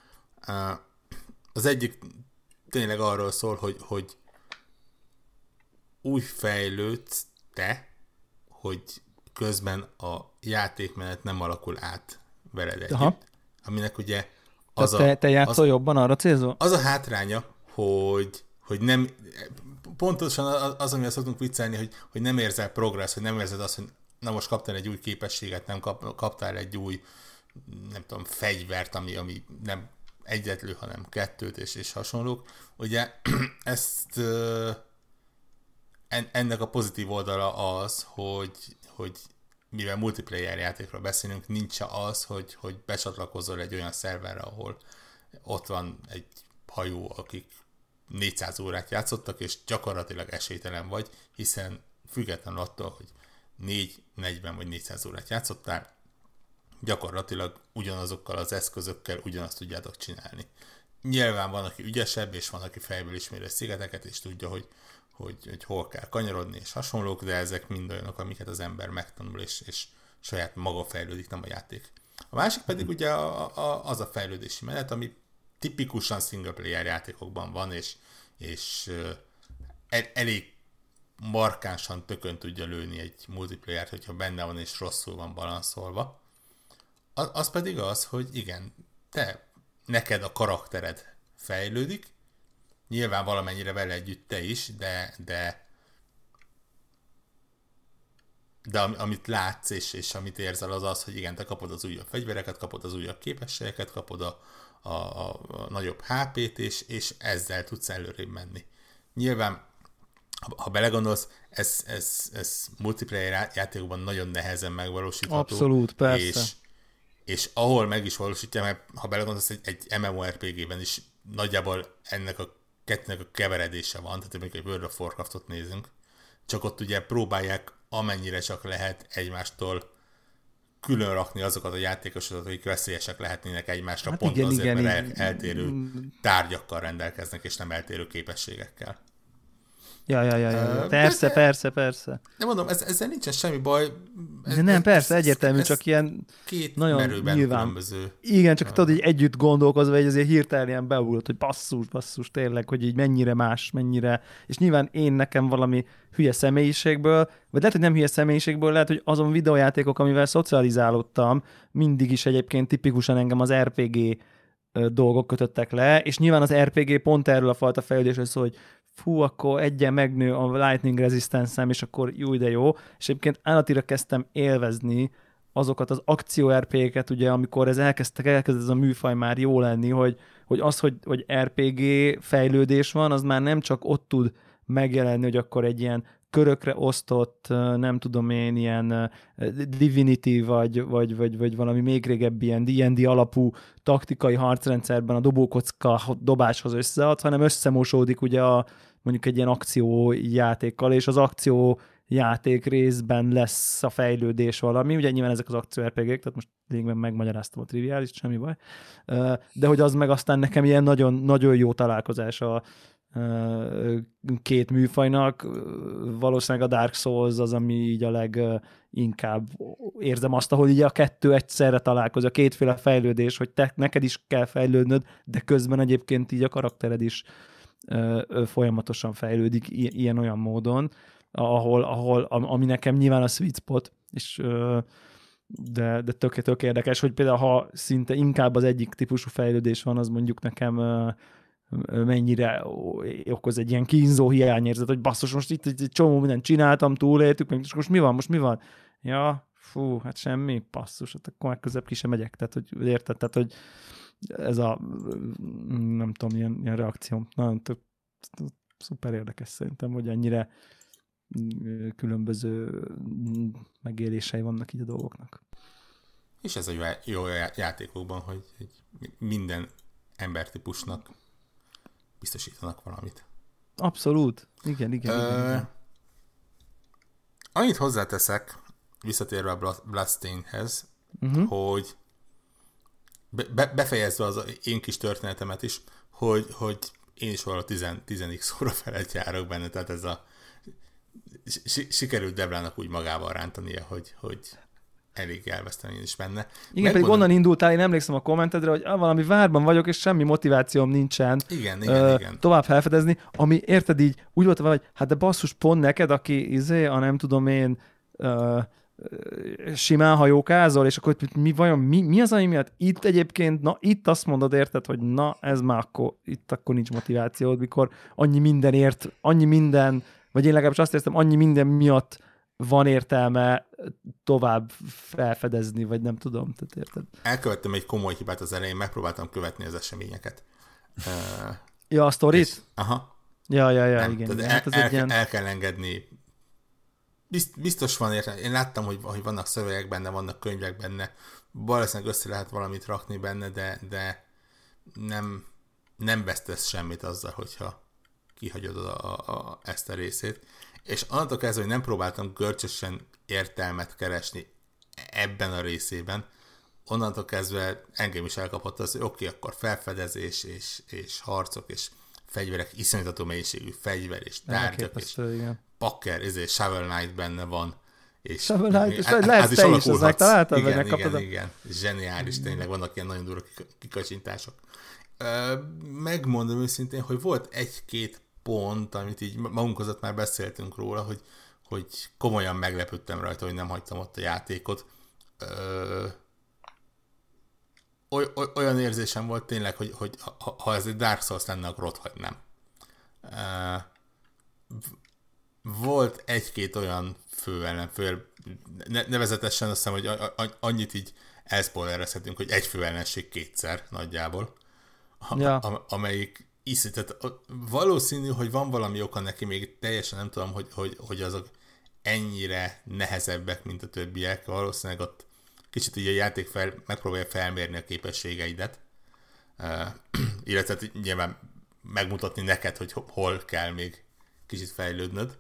Az egyik tényleg arról szól, hogy úgy fejlődsz te, hogy közben a játékmenet nem alakul át veled együtt. Aminek ugye te játszol jobban, arra célzol? Az a hátránya, hogy nem, pontosan az, amivel szoktunk viccelni, hogy nem érzel progress, hogy nem érzed azt, hogy na most kaptál egy új képességet, nem kaptál egy új, nem tudom, fegyvert, ami nem egyetlő, hanem kettőt és hasonlók. Ugye ennek a pozitív oldala az, hogy mivel multiplayer játékról beszélünk, nincs az, hogy becsatlakozol egy olyan szerverre, ahol ott van egy hajó, akik 400 órát játszottak, és gyakorlatilag esélytelen vagy, hiszen függetlenül attól, hogy 440 vagy 400 órát játszottál, gyakorlatilag ugyanazokkal az eszközökkel ugyanazt tudjátok csinálni. Nyilván van, aki ügyesebb, és van, aki fejből ismeri a szigeteket, és tudja, hogy hol kell kanyarodni, és hasonlók, de ezek mind olyanok, amiket az ember megtanul, és saját maga fejlődik, nem a játék. A másik pedig ugye az a fejlődési menet, ami tipikusan single player játékokban van, és elég markánsan tökön tudja lőni egy multiplayert, hogyha benne van és rosszul van balanszolva. Az pedig az, hogy igen, neked a karaktered fejlődik, nyilván valamennyire vele együtt te is, de amit látsz és amit érzel az, hogy igen, te kapod az újabb fegyvereket, kapod az újabb képességeket, kapod a nagyobb HP-t, és ezzel tudsz előrébb menni. Nyilván, ha belegondolsz, ez multiplayer játékokban nagyon nehezen megvalósítható. Abszolút, persze. És ahol meg is valósítja, mert ha belegondolsz, egy MMORPG-ben is nagyjából ennek a kettőnek a keveredése van, tehát amikor egy World of Warcraftot nézünk, csak ott ugye próbálják amennyire csak lehet egymástól külön rakni azokat a játékosokat, akik veszélyesek lehetnének egymásra, hát pont igen, azért, igen, mert eltérő tárgyakkal rendelkeznek, és nem eltérő képességekkel. Ja. Persze. De mondom, ezzel nincsen semmi baj. Persze, egyértelmű, csak ilyen két nagyon merőben nyilván különböző. Igen, csak tudod, így együtt gondolkozva, hogy azért hirtelen ilyen beugrott, hogy basszus, tényleg, hogy így mennyire más, mennyire, és nyilván én nekem valami hülye személyiségből, vagy lehet, hogy nem hülye személyiségből, lehet, hogy azon videójátékok, amivel szocializálódtam, mindig is egyébként tipikusan engem az RPG dolgok kötöttek le, és nyilván az RPG pont erről a fajta fejlődésről szól, hogy fú, akkor egyen megnő a lightning resistance-em, és akkor jó, de jó. És egyébként állatira kezdtem élvezni azokat az akció RPG-ket, ugye, amikor elkezdett ez a műfaj már jó lenni, hogy RPG fejlődés van, az már nem csak ott tud megjelenni, hogy akkor egy ilyen körökre osztott, nem tudom én, ilyen Divinity, vagy valami még régebbi ilyen D&D alapú taktikai harcrendszerben a dobókocka dobáshoz összead, hanem összemosódik ugye mondjuk egy ilyen akciójátékkal, és az akciójáték részben lesz a fejlődés valami, ugye nyilván ezek az akció RPG-k, tehát most lényegben megmagyaráztam a triviális, semmi baj, de hogy az meg aztán nekem ilyen nagyon, nagyon jó találkozás a két műfajnak. Valószínűleg a Dark Souls az, ami így a leginkább érzem azt, ahol így a kettő egyszerre találkozik, a kétféle fejlődés, hogy neked is kell fejlődnöd, de közben egyébként így a karaktered is folyamatosan fejlődik ilyen-olyan módon, ami nekem nyilván a sweet spot, és de tök érdekes, hogy például ha szinte inkább az egyik típusú fejlődés van, az mondjuk nekem mennyire okoz egy ilyen kínzó hiányérzet, hogy basszus, most itt egy csomó mindent csináltam, túléltük, és most mi van? Ja, fú, hát semmi, basszus, hát akkor már közebb ki sem megyek, tehát hogy érted, tehát hogy ez a nem tudom, ilyen reakció. Nagyon szuper érdekes szerintem, hogy ennyire különböző megélései vannak így a dolgoknak. És ez a jó játékokban, hogy minden embertípusnak biztosítanak valamit. Abszolút. Igen. Annyit hozzáteszek, visszatérve a Bloodstainedhez, hogy befejezve az én kis történetemet is, hogy én is valahol 10x óra felett járok benne, tehát ez sikerült Deblának úgy magával rántania, hogy elég elvesztem én is benne. Igen, pedig onnan indultál, én emlékszem a kommentedre, hogy valami várban vagyok, és semmi motivációm nincsen igen. tovább felfedezni, ami érted így, úgy volt hogy hát de basszus, pont neked, aki a nem tudom én simán hajókázol, és akkor mi az, ami miatt itt egyébként, itt azt mondod, érted, hogy ez már akkor nincs motivációd, mikor annyi minden, vagy én legalábbis azt értem, annyi minden miatt van értelme tovább felfedezni, vagy nem tudom, tehát érted? Elkövettem egy komoly hibát az elején, megpróbáltam követni az eseményeket. Ja, a sztorit? Aha. Ja, igen. Hát el kell engedni. Biztos van értelme. Én láttam, hogy vannak szövegek benne, vannak könyvek benne, valószínűleg össze lehet valamit rakni benne, de nem vesztesz semmit azzal, hogyha kihagyod ezt a részét. És onnantól kezdve, hogy nem próbáltam görcsösen értelmet keresni ebben a részében, onnantól kezdve engem is elkapott az, hogy oké, akkor felfedezés és harcok és fegyverek, iszonyató mennyiségű fegyver és tárgyak, és pakker, és Shovel Knight benne van. És Shovel Knight, és lehet te is, ezt megtaláltad, vagy megkapod? Igen. Zseniális, tényleg vannak ilyen nagyon durva kikacsintások. Megmondom őszintén, hogy volt egy-két pont, amit így magunk között már beszéltünk róla, hogy komolyan meglepődtem rajta, hogy nem hagytam ott a játékot. Olyan érzésem volt tényleg, hogy ha ez egy Dark Souls lenne, akkor ott hagynám. Volt egy-két olyan főellenfél, nevezetesen azt hiszem, hogy annyit így elszpoilerezhetünk, hogy egy főellenség kétszer nagyjából, amelyik tehát valószínű, hogy van valami oka neki, még teljesen nem tudom, hogy azok ennyire nehezebbek, mint a többiek. Valószínűleg ott kicsit így a játék megpróbálja felmérni a képességeidet, illetve nyilván megmutatni neked, hogy hol kell még kicsit fejlődnöd,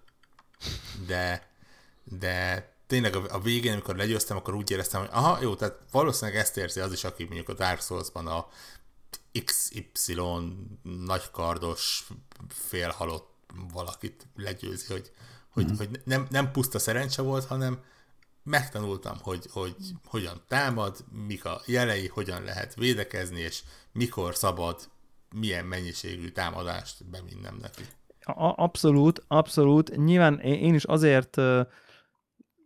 de tényleg a végén, amikor legyőztem, akkor úgy éreztem, hogy aha, jó, tehát valószínűleg ezt érzi az is, aki mondjuk a Dark Souls-ban a XY nagykardos, félhalott valakit legyőzi, hogy nem puszta szerencse volt, hanem megtanultam, hogy hogyan támad, mik a jelei, hogyan lehet védekezni, és mikor szabad, milyen mennyiségű támadást bevinnem neki. Abszolút. Nyilván én is azért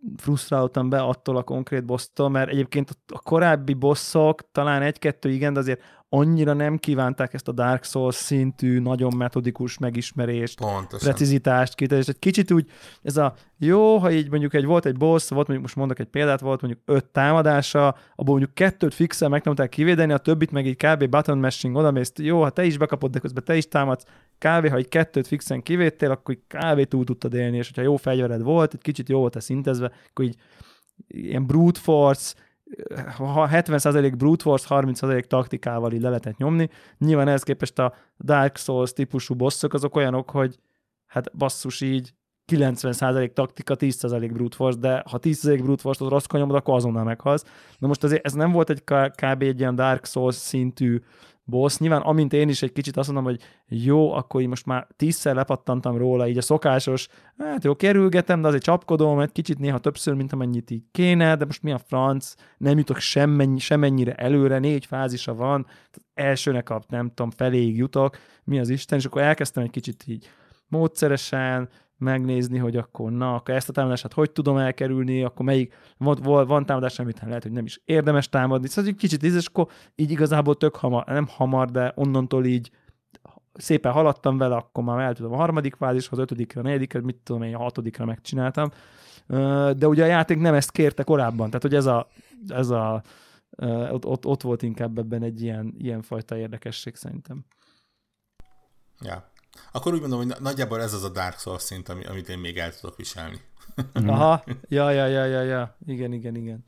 frusztráltam be attól a konkrét bossztól, mert egyébként a korábbi bosszok talán egy-kettő igen, de azért annyira nem kívánták ezt a Dark Souls szintű, nagyon metodikus megismerést, pontosan. precizitást, kitérést. Egy kicsit úgy, ez a jó, ha így mondjuk volt egy boss, volt mondjuk, most mondok egy példát, volt mondjuk 5 támadása, abból mondjuk 2 fixel meg nem tudták kivédeni, a többit meg így kb. Button mashing odamész, jó, ha te is bekapod, de közben te is támadsz, kb. Ha egy 2 fixen kivédtél, akkor kb. Túl tudtad élni, és hogyha jó fegyvered volt, egy kicsit jó volt szintezve, akkor így ilyen brute force, ha 70% brute force, 30% taktikával így le lehetett nyomni. Nyilván ehhez képest a Dark Souls típusú bosszok azok olyanok, hogy hát basszus így 90% taktika, 10% brute force, de ha 10% brute force-ot rosszkor nyomod, akkor azonnal meghalsz. Na most azért ez nem volt egy kb. Egy ilyen Dark Souls szintű boss. Nyilván amint én is egy kicsit azt mondom, hogy jó, akkor így most már 10-szer lepattantam róla, így a szokásos, hát jó, kerülgetem, de azért csapkodom, egy kicsit néha többször, mint amennyit így kéne, de most mi a franc, nem jutok semennyire előre, 4 fázisa van, elsőnek a nem tudom, feléig jutok, mi az Isten, és akkor elkezdtem egy kicsit így módszeresen megnézni, hogy akkor akkor ezt a támadását hogy tudom elkerülni, akkor melyik, van támadás, amit lehet, hogy nem is érdemes támadni. Szóval egy kicsit és akkor így igazából tök hamar, nem hamar, de onnantól így szépen haladtam vele, akkor már el tudom a 3. fázishoz, 5., 4., mit tudom én, a 6. megcsináltam. De ugye a játék nem ezt kérte korábban, tehát hogy ez a ott volt inkább ebben egy ilyen fajta érdekesség szerintem. Ja. Akkor úgy mondom, hogy nagyjából ez az a Dark Souls szint, amit én még el tudok viselni. Aha, ja. Igen.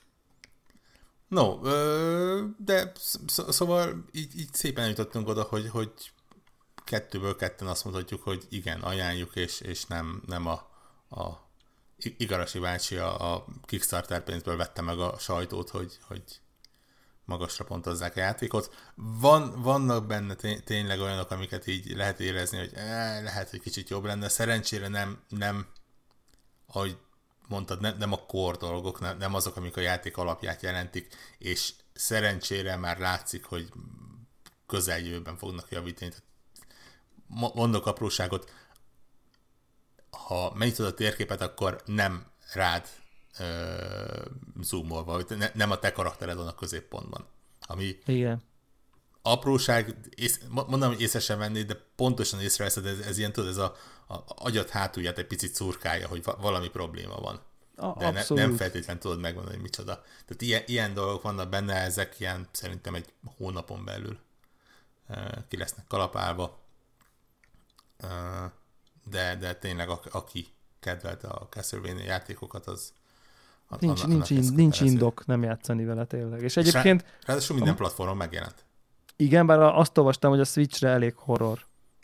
No, de szóval így szépen jutottunk oda, hogy 2-ből 2 azt mondhatjuk, hogy igen, ajánljuk, és nem a Igarashi bácsi a Kickstarter pénzből vette meg a sajtót, hogy magasra pontozzák a játékot. Vannak benne tényleg olyanok, amiket így lehet érezni, hogy lehet, hogy kicsit jobb lenne. Szerencsére nem ahogy mondtad, nem a core dolgok, nem azok, amik a játék alapját jelentik, és szerencsére már látszik, hogy közeljövőben fognak javítani. Mondok apróságot, ha megnyitod a térképet, akkor nem rád zoomolva, hogy nem a te karaktered van a középpontban. Ami igen. Apróság, mondom, hogy észre sem venni, de pontosan észreveszed, ez ilyen, tudod, ez a agyad hátulját egy picit szurkálja, hogy valami probléma van. De nem feltétlenül tudod megmondani, hogy micsoda. Tehát ilyen dolgok vannak benne, ezek ilyen szerintem egy hónapon belül ki lesznek kalapálva. De tényleg aki kedvelte a Castlevania játékokat, az nincs indok nem játszani vele tényleg. És egyébként... Ráadásul minden platformon megjelent. Igen, bár azt olvastam, hogy a Switchre elég horror.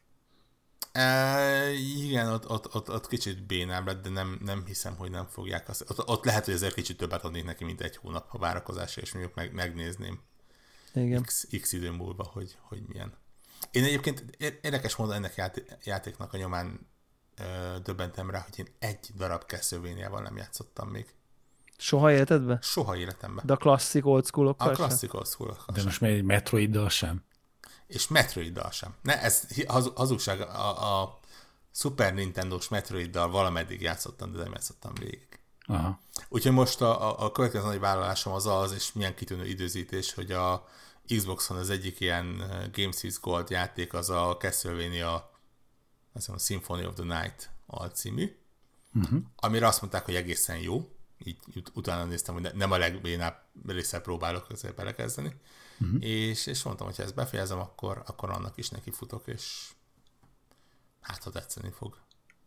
Igen, ott kicsit bénább lett, de nem hiszem, hogy nem fogják azt. Ott lehet, hogy azért kicsit többet adnék neki, mint egy hónap a várakozásra, és mondjuk megnézném igen. X idő múlva, hogy milyen. Én egyébként érdekes módon ennek játéknak a nyomán döbbentem rá, hogy én egy darab Castlevania-val nem játszottam még. Soha életedben? Soha életemben. De a klasszik old school-okkal A klasszik old school-okkal De most még egy Metroiddal sem. És Metroiddal sem. Ez hazugság, a Super Nintendo-s Metroiddal valameddig játszottam, de nem játszottam végig. Aha. Úgyhogy most a következő nagy vállalásom az, és milyen kitűnő időzítés, hogy a Xboxon az egyik ilyen Games with Gold játék, az a Castlevania Symphony of the Night alcímű, amire azt mondták, hogy egészen jó. Így utána néztem, hogy nem a legbénább résszel próbálok azért belekezdeni. És mondtam, hogy ha ezt befejezem, akkor annak is neki futok, és hát ha tetszeni fog.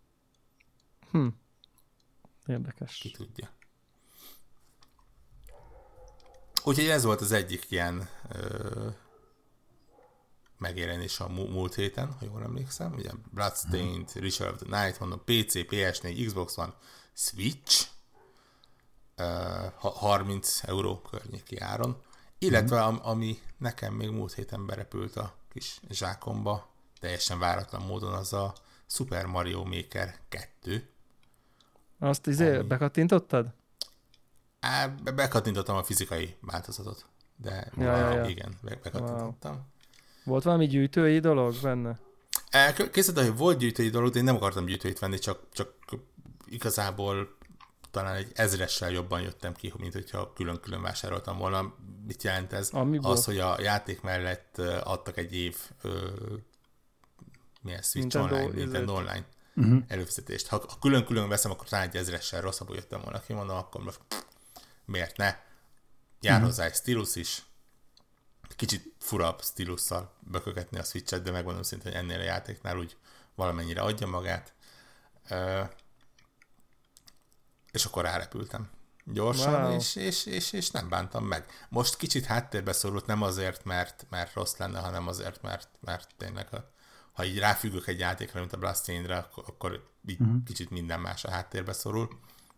Érdekes. Ki tudja. Úgyhogy ez volt az egyik ilyen megjelenés a múlt héten, ha jól emlékszem. Ugye Bloodstained, Ritual of the Night, mondom, PC, PS4, Xbox One, Switch, 30 euró környéki áron. Illetve ami nekem még múlt héten berepült a kis zsákomba, teljesen váratlan módon, az a Super Mario Maker 2. Azt bekattintottad? Bekattintottam a fizikai változatot, de igen, bekattintottam. Wow. Volt valami gyűjtői dolog benne? Készítettem, hogy volt gyűjtői dolog, de én nem akartam gyűjtőit venni, csak igazából talán egy 1000-essel jobban jöttem ki, mint hogyha külön-külön vásároltam volna. Mit jelent ez? Amiből? Az, hogy a játék mellett adtak egy év milyen Switch Nintendo Online előfizetést. Ha külön-külön veszem, akkor talán egy 1000-essel rosszabbul jöttem volna ki, mondom, akkor most miért ne? Jár hozzá egy stílusz is, kicsit furabb stílusszal bökögetni a Switch-et, de megmondom szintén, hogy ennél a játéknál úgy valamennyire adja magát. És akkor rárepültem gyorsan, wow. és nem bántam meg. Most kicsit háttérbe szorult, nem azért, mert rossz lenne, hanem azért, mert tényleg, ha így ráfüggök egy játékra, mint a Bloodstained-re, akkor így kicsit minden más a háttérbe szorul.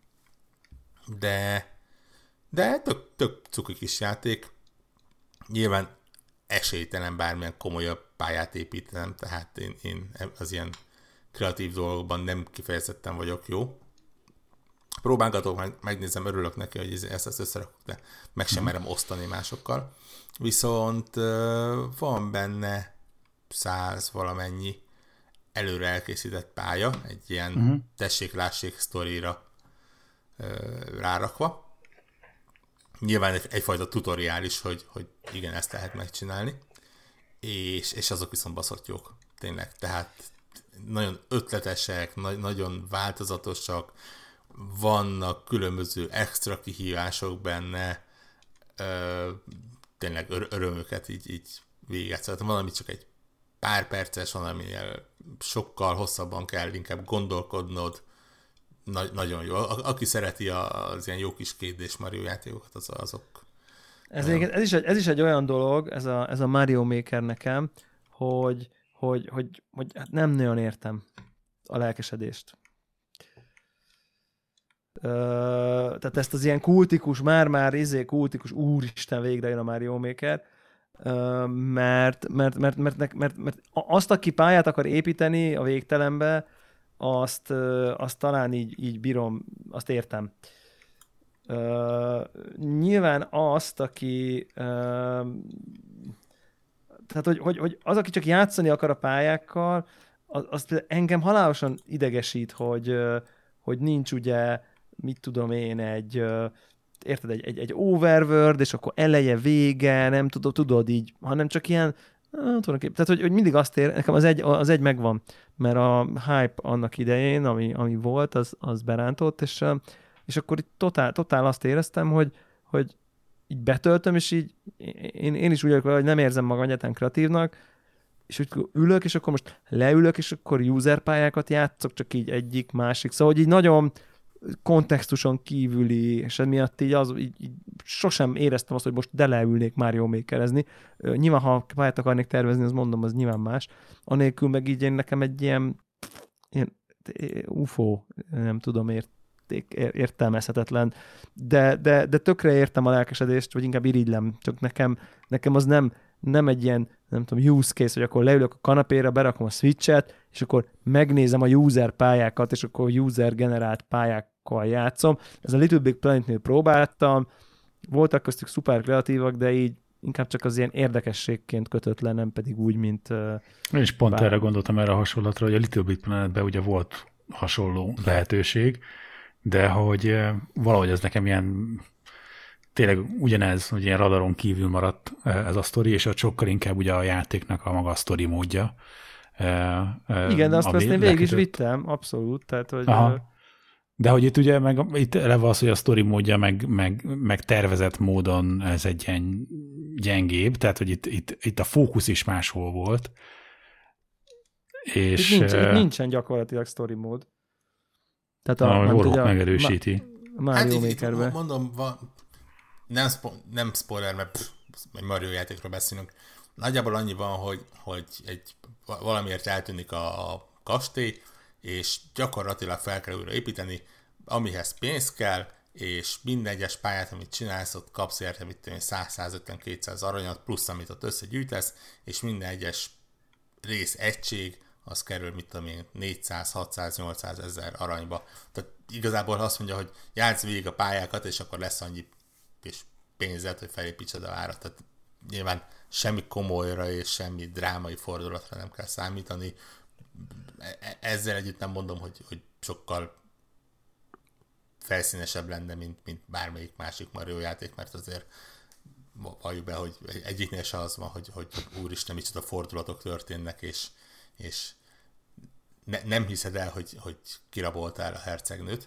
De tök cuki kis játék. Nyilván esélytelen bármilyen komolyabb pályát építenem, tehát én az ilyen kreatív dolgokban nem kifejezetten vagyok jó. Próbálgatok, megnézem, örülök neki, hogy ezt összerakok, de meg sem merem osztani másokkal. Viszont van benne 100 valamennyi előre elkészített pálya, egy ilyen tessék-lássék sztorira rárakva. Nyilván egyfajta tutoriális, hogy igen, ezt lehet megcsinálni, és azok viszont baszott jók, tényleg. Tehát nagyon ötletesek, nagyon változatosak, vannak különböző extra kihívások benne, tényleg örömöket így végigjátszottam. Van, ami csak egy pár perces, van, aminél sokkal hosszabban kell inkább gondolkodnod, nagyon jó. Aki szereti az ilyen jó kis 2D-s Mario játékokat, azok... Ez is egy olyan dolog, ez a Mario Maker nekem, hogy hát nem nagyon értem a lelkesedést. Tehát ezt az ilyen kultikus, már kultikus, úristen, végre jön a Mario Maker, mert azt, aki pályát akar építeni a végtelenbe, azt talán így bírom, azt értem. Nyilván azt, aki tehát, hogy az, aki csak játszani akar a pályákkal, az engem halálosan idegesít, hogy nincs ugye, mit tudom én, érted, egy overworld, és akkor eleje, vége, nem tudod így, hanem csak ilyen, tehát, hogy mindig azt nekem az egy megvan, mert a hype annak idején, ami volt, az berántott, és akkor itt totál azt éreztem, hogy így betöltöm, és így én is úgy vagyok, hogy nem érzem magam egyáltalán kreatívnak, és úgy ülök, és akkor most leülök, és akkor user pályákat játszok, csak így egyik, másik. Szóval, hogy így nagyon kontextuson kívüli, és emiatt így sosem éreztem azt, hogy most de leülnék Mario Makerezni. Nyilván, ha pályát akarnék tervezni, az mondom, az nyilván más. Anélkül meg így nekem egy ilyen UFO, nem tudom, értelmezhetetlen, de tökre értem a lelkesedést, vagy inkább irigylem, csak nekem az nem egy ilyen, nem tudom, use case, hogy akkor leülök a kanapéra, berakom a switchet, és akkor megnézem a user pályákat, és akkor user generált pályákkal játszom. Ez a Little Big Planet-nél próbáltam, voltak köztük szuper kreatívak, de így inkább csak az ilyen érdekességként kötött le, nem pedig úgy, mint... Én is pont erre gondoltam, erre a hasonlatra, hogy a Little Big Planet-ben ugye volt hasonló lehetőség, de hogy valahogy ez nekem ilyen tényleg ugyanez, hogy ilyen radaron kívül maradt ez a sztori, és ott sokkal inkább ugye a játéknak a maga sztori módja. Igen, de azt én végig is vittem, abszolút. Tehát, hogy de hogy itt ugye itt eleve az, hogy a sztori módja meg tervezett módon ez egy ilyen gyengébb, tehát hogy itt a fókusz is máshol volt. És itt nincsen gyakorlatilag sztori mód. Tehát a Warhawk megerősíti. Mario Makerbe. Mondom, nem spoiler, mert egy Mario játékról beszélünk. Nagyjából annyi van, hogy valamiért eltűnik a kastély, és gyakorlatilag fel kell újra építeni, amihez pénz kell, és minden egyes pályát, amit csinálsz, ott kapsz érte, mit tudom, 100-150-200 aranyat, plusz amit ott összegyűjtesz, és minden egyes rész egység, az kerül, mit tudom én, 400, 600, 800 ezer aranyba. Tehát igazából azt mondja, hogy játsz végig a pályákat, és akkor lesz annyi és pénzed, hogy felépítsed a várat. Tehát nyilván semmi komolyra és semmi drámai fordulatra nem kell számítani. Ezzel együtt nem mondom, hogy sokkal felszínesebb lenne, mint bármelyik másik Mario játék, mert azért valljuk be, hogy egyiknél se az van, hogy úristen, micsoda fordulatok történnek, és nem hiszed el, hogy kiraboltál a hercegnőt.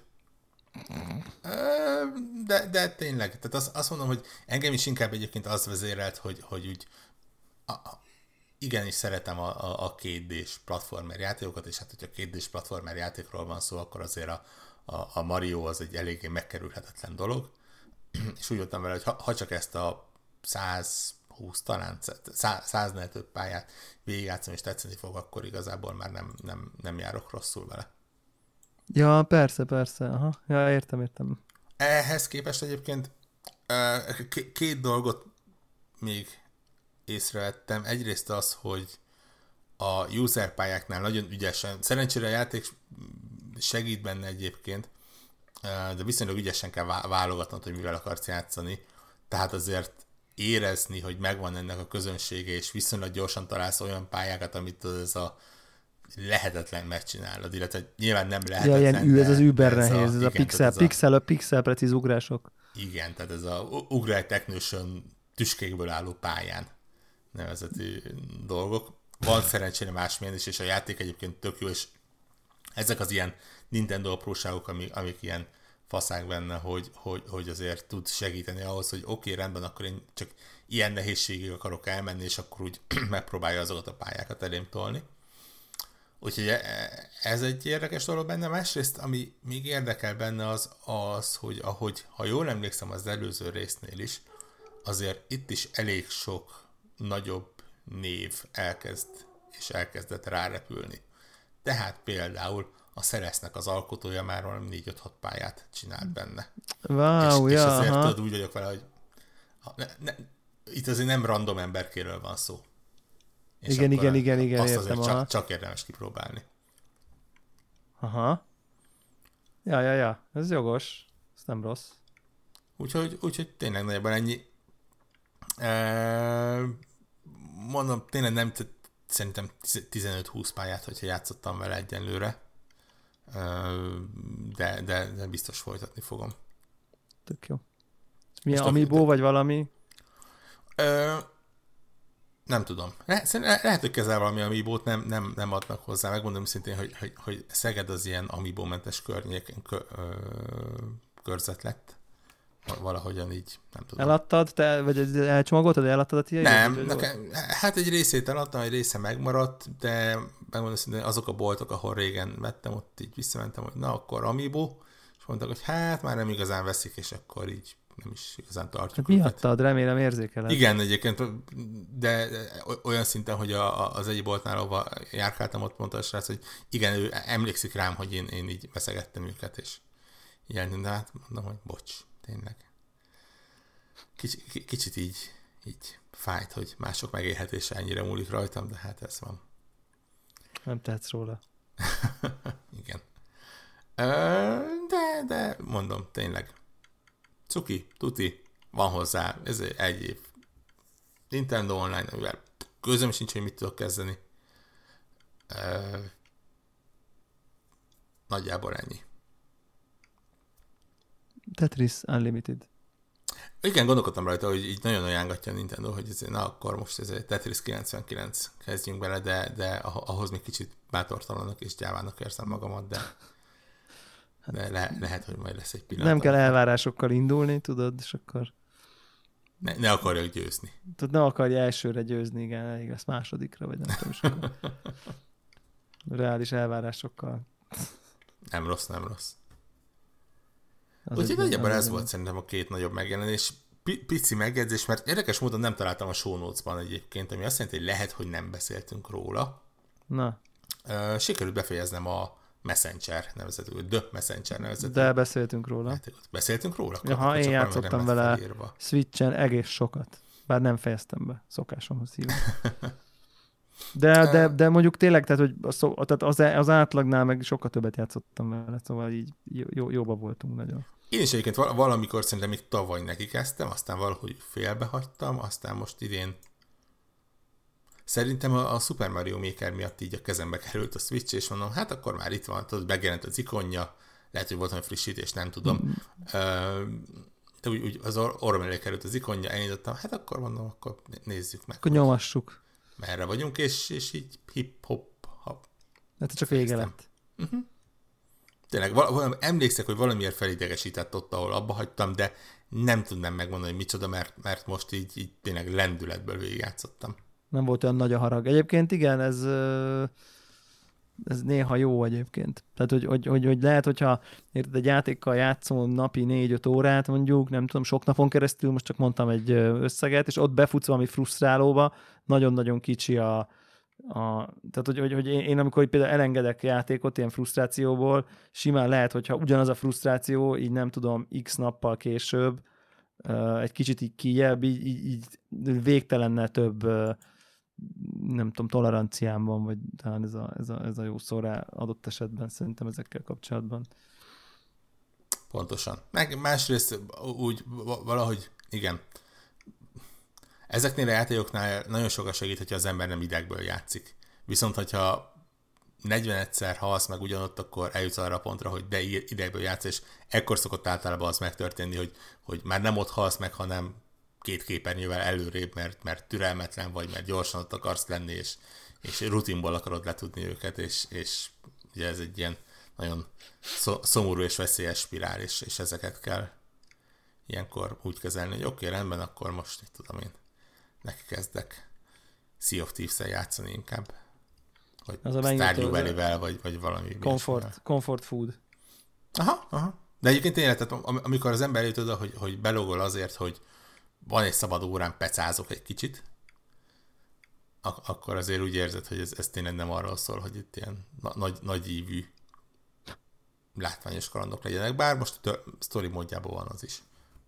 De tényleg, tehát azt mondom, hogy engem is inkább egyébként az vezérelt, hogy úgy igenis szeretem a 2D-s platformer játékokat, és hát hogyha 2D-s platformer játékról van szó, akkor azért a Mario az egy eléggé megkerülhetetlen dolog, és úgy voltam vele, hogy ha csak ezt a 120, talán 100-nál több pályát végigjátszom és tetszeni fog, akkor igazából már nem járok rosszul vele. Ja, persze, aha. Ja, értem. Ehhez képest egyébként két dolgot még észrevettem. Egyrészt az, hogy a user pályáknál nagyon ügyesen, szerencsére a játék segít benne egyébként, de viszonylag ügyesen kell válogatnod, hogy mivel akarsz játszani. Tehát azért érezni, hogy megvan ennek a közönsége, és viszonylag gyorsan találsz olyan pályákat, amit ez a lehetetlen megcsinálod, illetve nyilván nem lehetetlen. Ja, ez az über nehéz, ez a pixel precíz ugrások. Igen, tehát ez a Ugrál Technician tüskékből álló pályán nevezetű dolgok. Van szerencsére másmilyen is, és a játék egyébként tök jó, és ezek az ilyen Nintendo apróságok, amik ilyen faszák benne, hogy azért tud segíteni ahhoz, hogy oké, rendben, akkor én csak ilyen nehézségig akarok elmenni, és akkor úgy megpróbálja azokat a pályákat elém tolni. Úgyhogy ez egy érdekes dolog benne. Másrészt, ami még érdekel benne az, hogy ha jól emlékszem az előző résznél is, azért itt is elég sok nagyobb név elkezdett rárepülni. Tehát például a Celeste-nek az alkotója már valami 4-5-6 pályát csinált benne. Wow, és azért tudod, úgy vagyok vele, hogy itt azért nem random emberkéről van szó. És igen, azt értem. Azért csak érdemes kipróbálni. Aha. Ja, ez jogos. Ez nem rossz. Úgyhogy tényleg nagyjából ennyi. Mondom, tényleg nem, szerintem 15-20 pályát, hogyha játszottam vele egyenlőre. De biztos folytatni fogom. Tök jó. Mi Amiibo vagy valami? Nem tudom. Lehet, hogy kezel valami Amiibót, nem adnak hozzá. Megmondom szintén, hogy Szeged az ilyen Amiibo-mentes körzet lett. Valahogyan így, nem tudom. Eladtad, vagy elcsomagoltad, eladtad a tiéd? Nem, hát egy részét eladtam, egy része megmaradt, de megmondom szintén, azok a boltok, ahol régen vettem, ott így visszamentem, hogy na, akkor Amiibo, és mondtak, hogy hát már nem igazán veszik, és akkor így nem is igazán tartjuk. Hát miattad, remélem érzékeled. Igen, egyébként, de olyan szinten, hogy az egyik boltnál, ahova járkáltam, ott mondta a srác, hogy igen, ő emlékszik rám, hogy én így veszegettem őket, és ilyen, de hát mondom, hogy bocs, tényleg. Kicsit így fájt, hogy mások megélhetése ennyire múlik rajtam, de hát ez van. Nem tehetsz róla. Igen. De mondom, tényleg. Cuki, tuti, van hozzá, ez egy év. Nintendo Online, amivel közöm sincs, hogy mit tudok kezdeni. Nagyjából ennyi. Tetris Unlimited. Igen, gondolkodtam rajta, hogy így nagyon ajánlatja a Nintendo, hogy ezért, na akkor most ez egy Tetris 99 kezdjünk bele, de ahhoz még kicsit bátortalannak és gyávának érzem magamat, de lehet, hogy majd lesz egy pillanat. Nem kell elvárásokkal indulni, tudod, és akkor... Ne akarjak győzni. Tudod, ne akarja elsőre győzni, igen, elég lesz másodikra, vagy nem tudom, és akkor reális elvárásokkal. Nem rossz. Úgyhogy nagyjából ez volt szerintem a két nagyobb megjelenés. Pici megjegyzés, mert érdekes módon nem találtam a show notes-ban egyébként, ami azt jelenti, hogy lehet, hogy nem beszéltünk róla. Na. Sikerült befejeznem a Messenger nevezetű, The Messenger nevezetű. De beszéltünk róla. Játékot. Beszéltünk róla? Ha én játszottam vele Switchen egész sokat. Bár nem fejeztem be, szokásomhoz hívni. De mondjuk tényleg, tehát az átlagnál meg sokkal többet játszottam vele, szóval így jóba voltunk nagyon. Én is egyébként valamikor szerintem még tavaly neki kezdtem, aztán valahogy félbehagytam, aztán most idén szerintem a Super Mario Maker miatt így a kezembe került a Switch, és mondom, hát akkor már itt van, tudod, megjelent az ikonja, lehet, hogy volt olyan frissítés, nem tudom. De úgy az orrom elé került az ikonja, elindítottam, hát akkor mondom, akkor nézzük meg. Akkor nyomassuk. Merre vagyunk, és így hip-hop. Hát csak vége lett. Tényleg, emlékszek, hogy valamiért felidegesített ott, ahol abba hagytam, de nem tudnám megmondani, hogy micsoda, mert most így tényleg lendületből végigjátszottam. Nem volt olyan nagy a harag. Egyébként igen, ez néha jó egyébként. Tehát, hogy lehet, hogyha érted, egy játékkal játszom napi 4-5 órát mondjuk, nem tudom, sok napon keresztül, most csak mondtam egy összeget, és ott befutsz valami frusztrálóba, nagyon-nagyon kicsi tehát, hogy én amikor például elengedek játékot ilyen frusztrációból, simán lehet, hogyha ugyanaz a frusztráció, így nem tudom, x nappal később, egy kicsit így kijebb, így végtelennel több nem tudom, toleranciám van, vagy talán ez a jó szó rá adott esetben szerintem ezekkel kapcsolatban. Pontosan. Meg másrészt úgy valahogy, igen, ezeknél a játékoknál nagyon sokat segít, hogyha az ember nem idegből játszik. Viszont, hogyha 40-szer halsz meg ugyanott, akkor eljutsz arra a pontra, hogy de idegből játsz, és ekkor szokott általában az megtörténni, hogy már nem ott halsz meg, hanem 2 képernyővel előrébb, mert türelmetlen vagy, mert gyorsan ott akarsz lenni, és rutinból akarod letudni őket, és ugye ez egy ilyen nagyon szomorú és veszélyes spirál, és ezeket kell ilyenkor úgy kezelni, hogy oké, rendben, akkor most, tudom én, neki kezdek Sea of Thieves-el játszani inkább. Vagy Stardew Valley-vel, vagy valami. Comfort food. Aha. De egyébként tényleg, tehát amikor az ember eljut oda, hogy belogol azért, hogy van egy szabad órán, pecázok egy kicsit, akkor azért úgy érzed, hogy ez tényleg nem arról szól, hogy itt ilyen nagy ívű látványos kalandok legyenek, bár most a story módjában van az is.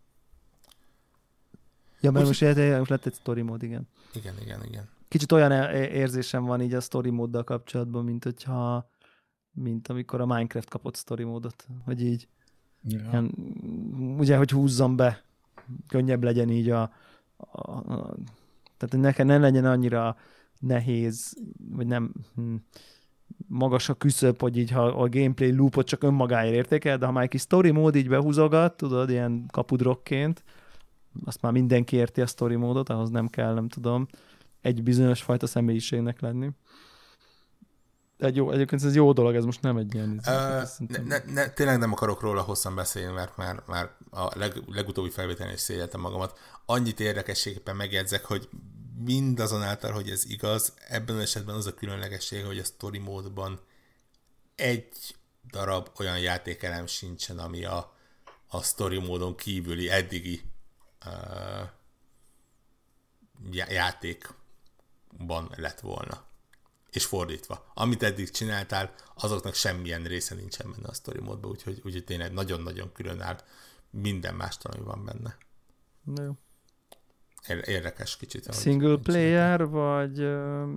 Ja, mert most lett egy story mód, igen. Igen. Kicsit olyan érzésem van így a story móddal kapcsolatban, mint amikor a Minecraft kapott story módot, hogy így ilyen, ugye, hogy húzzam be, könnyebb legyen így tehát nekem ne legyen annyira nehéz, vagy nem magas a küszöb, hogy így ha a gameplay loopot csak önmagáért értékel, de ha már egy kis story mód így behúzogat, tudod, ilyen kapudrokként, azt már mindenki érti a story módot, ahhoz nem kell, nem tudom, egy bizonyos fajta személyiségnek lenni. Egyébként ez jó dolog, ez most nem egy ilyen... Tényleg nem akarok róla hosszan beszélni, mert már a legutóbbi felvételen is szégyeltem magamat. Annyit érdekességében megjegyzek, hogy mindazonáltal, hogy ez igaz, ebben az esetben az a különlegesség, hogy a story módban egy darab olyan játékelem sincsen, ami a story módon kívüli eddigi játékban lett volna. És fordítva. Amit eddig csináltál, azoknak semmilyen része nincsen benne a story módban, úgyhogy tényleg nagyon-nagyon különáll minden mástól, ami van benne. Jó. Érdekes kicsit. Single player, vagy...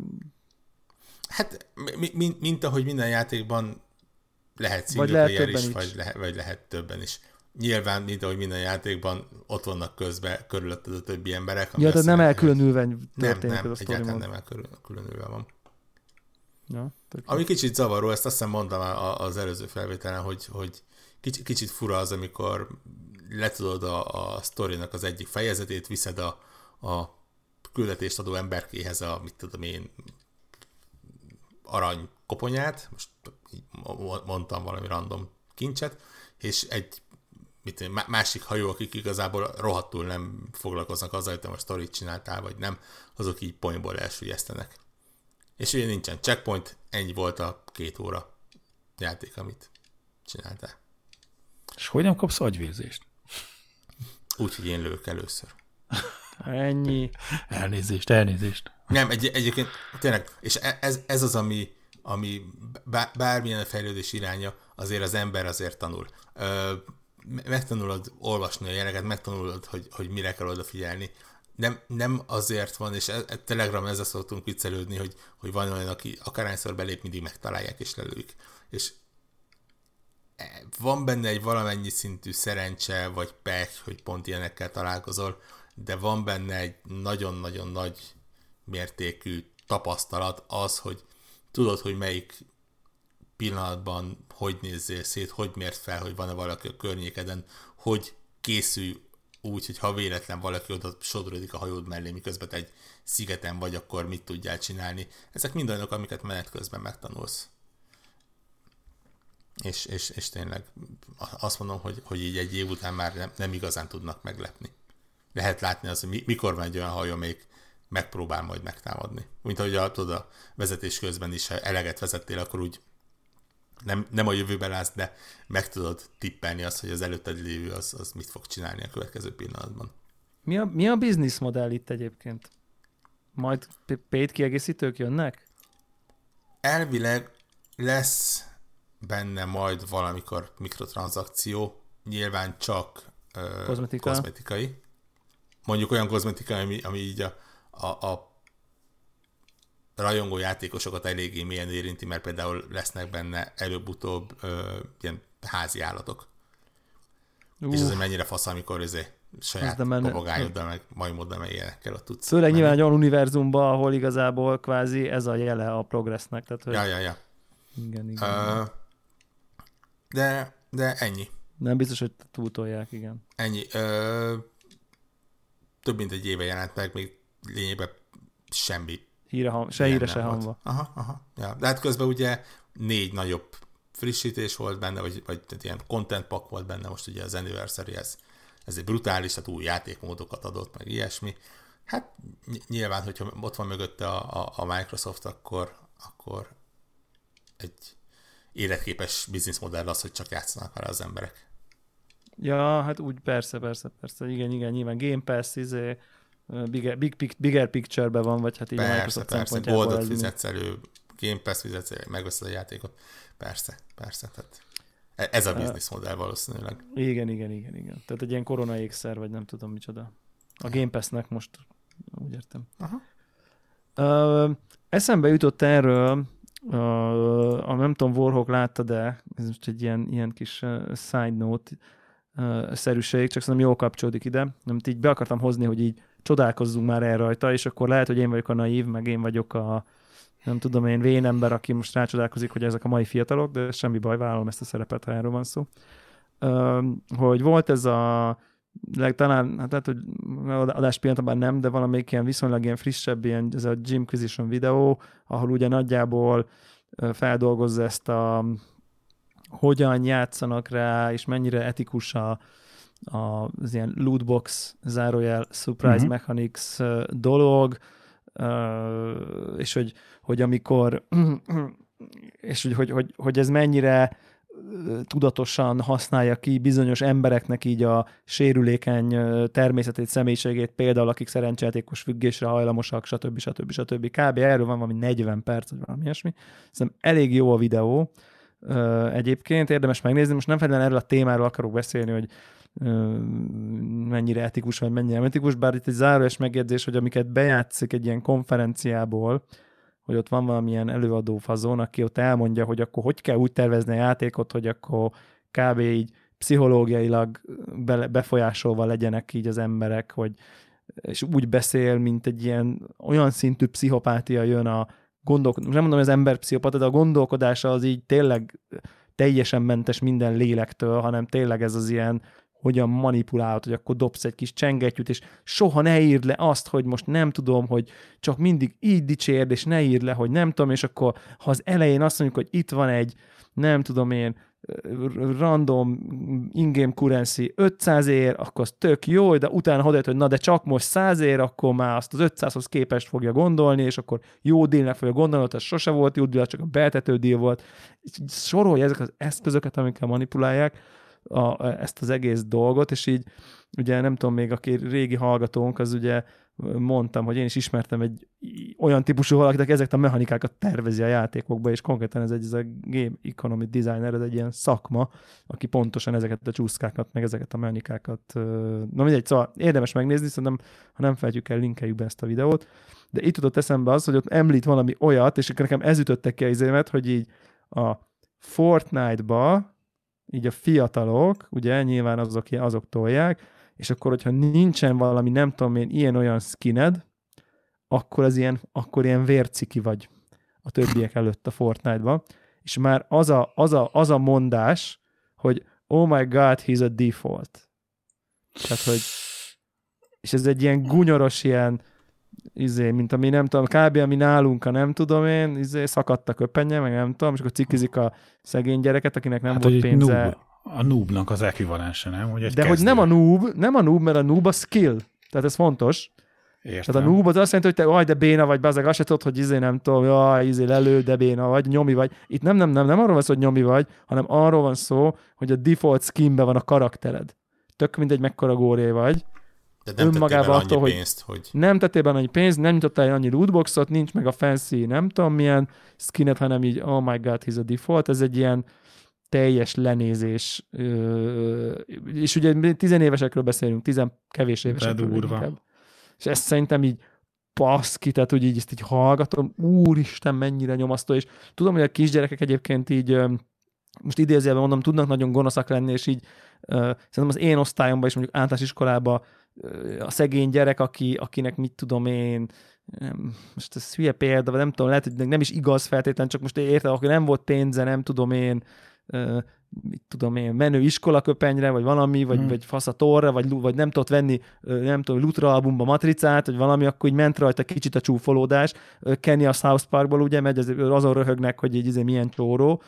Hát, mint ahogy minden játékban lehet single player is, vagy lehet többen is. Nyilván, mint ahogy minden játékban ott vannak közben körülötted a többi emberek. Ja, tehát nem elkülönülve történik ez a story mód. Nem, egyáltalán nem elkülönülve van. Ja, ami kicsit zavaró, ezt azt hiszem mondtam az előző felvételen, hogy kicsit fura az, amikor letudod a sztorinak az egyik fejezetét, viszed a küldetést adó emberkéhez mit tudom én, arany koponyát, most mondtam valami random kincset, és egy másik hajó, akik igazából rohadtul nem foglalkoznak azzal, hogy te most sztorit csináltál, vagy nem, azok így pontból elsüllyesztenek. És ugye nincsen checkpoint, ennyi volt a 2 óra játék, amit csináltál. És hogy nem kapsz agyvérzést? Úgyhogy én lők először. Ennyi. Elnézést. Nem, egyébként tényleg, és ez az, ami bármilyen fejlődés iránya, azért az ember azért tanul. Megtanulod olvasni a jeleket, megtanulod, hogy mire kell odafigyelni. Nem azért van, és Telegramon ezzel szoktunk viccelődni, hogy van olyan, aki akárhányszor belép, mindig megtalálják és lelőik. És van benne egy valamennyi szintű szerencse, vagy pech, hogy pont ilyenekkel találkozol, de van benne egy nagyon-nagyon nagy mértékű tapasztalat az, hogy tudod, hogy melyik pillanatban hogy nézzél szét, hogy mért fel, hogy van-e valaki a környékeden, hogy készülj úgy, hogy ha véletlen valaki oda sodródik a hajód mellé, miközben egy szigeten vagy, akkor mit tudjál csinálni. Ezek mind olyanok, amiket menet közben megtanulsz. És tényleg azt mondom, hogy így egy év után már nem igazán tudnak meglepni. Lehet látni azt, hogy mikor van egy olyan hajó, amelyik megpróbál majd megtámadni. Mint ahogy a vezetés közben is, ha eleget vezettél, akkor úgy nem a jövőben látsz, de meg tudod tippelni azt, hogy az előtted lévő az mit fog csinálni a következő pillanatban. Mi a bizniszmodell itt egyébként? Majd paid kiegészítők jönnek? Elvileg lesz benne majd valamikor mikrotranszakció, nyilván csak kozmetikai. Mondjuk olyan kozmetikai, ami így a rajongó játékosokat eléggé mélyen érinti, mert például lesznek benne előbb-utóbb ilyen házi állatok. És ez mennyire fasz, amikor saját papagájoddal, meg majmoddal, meg ilyenekkel ott tudsz. Főleg nyilván egy olyan univerzumban, ahol igazából kvázi ez a jele a progressznek. Tehát, hogy... Ja. Igen. De ennyi. Nem biztos, hogy túltolják, igen. Ennyi. Több mint egy éve jelent meg, még lényegében semmi. Se híre, se hangva. Aha. Ja. De hát közben ugye 4 nagyobb frissítés volt benne, vagy ilyen content pack volt benne, most ugye az Anniversary, ez egy brutális, tehát új játékmódokat adott, meg ilyesmi. Hát nyilván, hogyha ott van mögötte a Microsoft, akkor egy életképes bizniszmodell az, hogy csak játszanak vele az emberek. Ja, hát úgy persze. Igen, nyilván Game Pass, bigger picture-ben van, vagy hát így persze, a Microsoft persze, boldog fizetsz elő, Game Pass fizetsz elő, megveszed a játékot. Persze. Tehát ez a bizniszmodell valószínűleg. Igen. Tehát egy ilyen korona ékszer, vagy nem tudom micsoda. A Game Pass-nek most úgy értem. Eszembe jutott erről, nem tudom, Warhawk látta, de ez most egy ilyen kis side note szerűség, csak szerintem jól kapcsolódik ide. Amit így be akartam hozni, hogy így csodálkozzunk már el rajta, és akkor lehet, hogy én vagyok a naív, meg én vagyok a nem tudom én, vén ember, aki most rácsodálkozik, hogy ezek a mai fiatalok, de semmi baj, vállalom ezt a szerepet, ha erről van szó. Hogy volt ez talán, hát lehet, hogy adás pillanatban nem, de valamelyik ilyen viszonylag ilyen frissebb, ez a Jimquisition videó, ahol ugye nagyjából feldolgozza ezt hogyan játszanak rá, és mennyire etikus az ilyen lootbox, zárójel, surprise mechanics dolog, és hogy amikor és hogy ez mennyire tudatosan használja ki bizonyos embereknek így a sérülékeny természetét, személyiségét, például akik szerencsejátékos függésre hajlamosak, stb. Kb. Erről van valami 40 perc, vagy valami ilyesmi. Szerintem elég jó a videó. Egyébként érdemes megnézni, most nem feltétlenül erről a témáról akarok beszélni, hogy mennyire etikus, vagy mennyire etikus, bár itt egy zárójeles megjegyzés, hogy amiket bejátszik egy ilyen konferenciából, hogy ott van valamilyen előadó fazon, aki ott elmondja, hogy akkor hogy kell úgy tervezni a játékot, hogy akkor kb. Így pszichológiailag befolyásolva legyenek így az emberek, és úgy beszél, mint egy ilyen olyan szintű pszichopátia jön a gondolkodás. Nem mondom, hogy az ember pszichopata, de a gondolkodása az így tényleg teljesen mentes minden lélektől, hanem tényleg ez az ilyen, hogyan manipulálod, hogy akkor dobsz egy kis csengettyűt, és soha ne írd le azt, hogy most nem tudom, hogy csak mindig így dicsérd, és ne írd le, hogy nem tudom, és akkor ha az elején azt mondjuk, hogy itt van egy, nem tudom én, random in-game currency 500 ér, akkor az tök jó, de utána hodott, hogy na de csak most 100 ér, akkor már azt az 500-hoz képest fogja gondolni, és akkor jó dílnek fogja gondolni, az sose volt jó díl, csak a betető díl volt. Sorolja ezek az eszközöket, amikkel manipulálják ezt az egész dolgot, és így ugye nem tudom, még aki régi hallgatónk, az ugye mondtam, hogy én is ismertem egy olyan típusú valakit, aki ezeket a mechanikákat tervezi a játékokba, és konkrétan ez a game economy designer, ez egy ilyen szakma, aki pontosan ezeket a csúszkákat, meg ezeket a mechanikákat, na mindegy, szóval érdemes megnézni, szerintem, ha nem felejtjük el, linkeljük be ezt a videót, de itt jutott eszembe az, hogy ott említ valami olyat, és nekem ez ütötte ki az izémet, hogy így a Fortnite-ba így a fiatalok, ugye nyilván azok tolják, és akkor, hogyha nincsen valami, nem tudom én, ilyen-olyan skined, akkor ilyen vérciki vagy a többiek előtt a Fortnite-ba. és már az a mondás, hogy oh my god, he's a default. Tehát, hogy és ez egy ilyen gunyoros ilyen mint ami nem tudom, kb. Ami nálunk, a nem tudom én, szakadt a köpenye, meg nem tudom, és akkor cikizik a szegény gyereket, akinek nem volt pénze. Noob, a noobnak az ekvivalense, nem? Hogy de hogy nem a noob, mert a noob a skill. Tehát ez fontos. Értem. Tehát a noob az azt jelenti, hogy te, de béna vagy, bazeg, azt se tudod, hogy nem tudom, lelő, de béna vagy, nyomi vagy. Itt nem arról van szó, hogy nyomi vagy, hanem arról van szó, hogy a default skinben van a karaktered. Tök mindegy, mekkora góré vagy. De nem tettél bele annyi pénzt, hogy... Nem tettél bele annyi pénzt, nem nyitottál annyi lootboxot, nincs meg a fancy nem tudom milyen skinet, hanem így oh my god, he's a default. Ez egy ilyen teljes lenézés. És ugye 10 évesekről beszélünk, 10 kevés évesekről inkább. És ezt szerintem így baszki, tehát úgy így ezt így hallgatom, úristen, mennyire nyomasztó, és tudom, hogy a kisgyerekek egyébként így, most idézőjelben mondom, tudnak nagyon gonoszak lenni, és így szerintem az én osztályomban is mondjuk általános iskolában a szegény gyerek, akinek mit tudom én, most ez hülye példa, vagy nem tudom, lehet, hogy nem is igaz feltétlenül, csak most érted, akkor nem volt pénze, nem tudom én, mit tudom én, menő iskolaköpenyre, vagy valami, vagy faszatorra, vagy nem tudott venni, nem tudom, Lutra albumba matricát, vagy valami, akkor így ment rajta kicsit a csúfolódás. Kenny a South Parkból ugye megy, azon röhögnek, hogy így milyen csóró.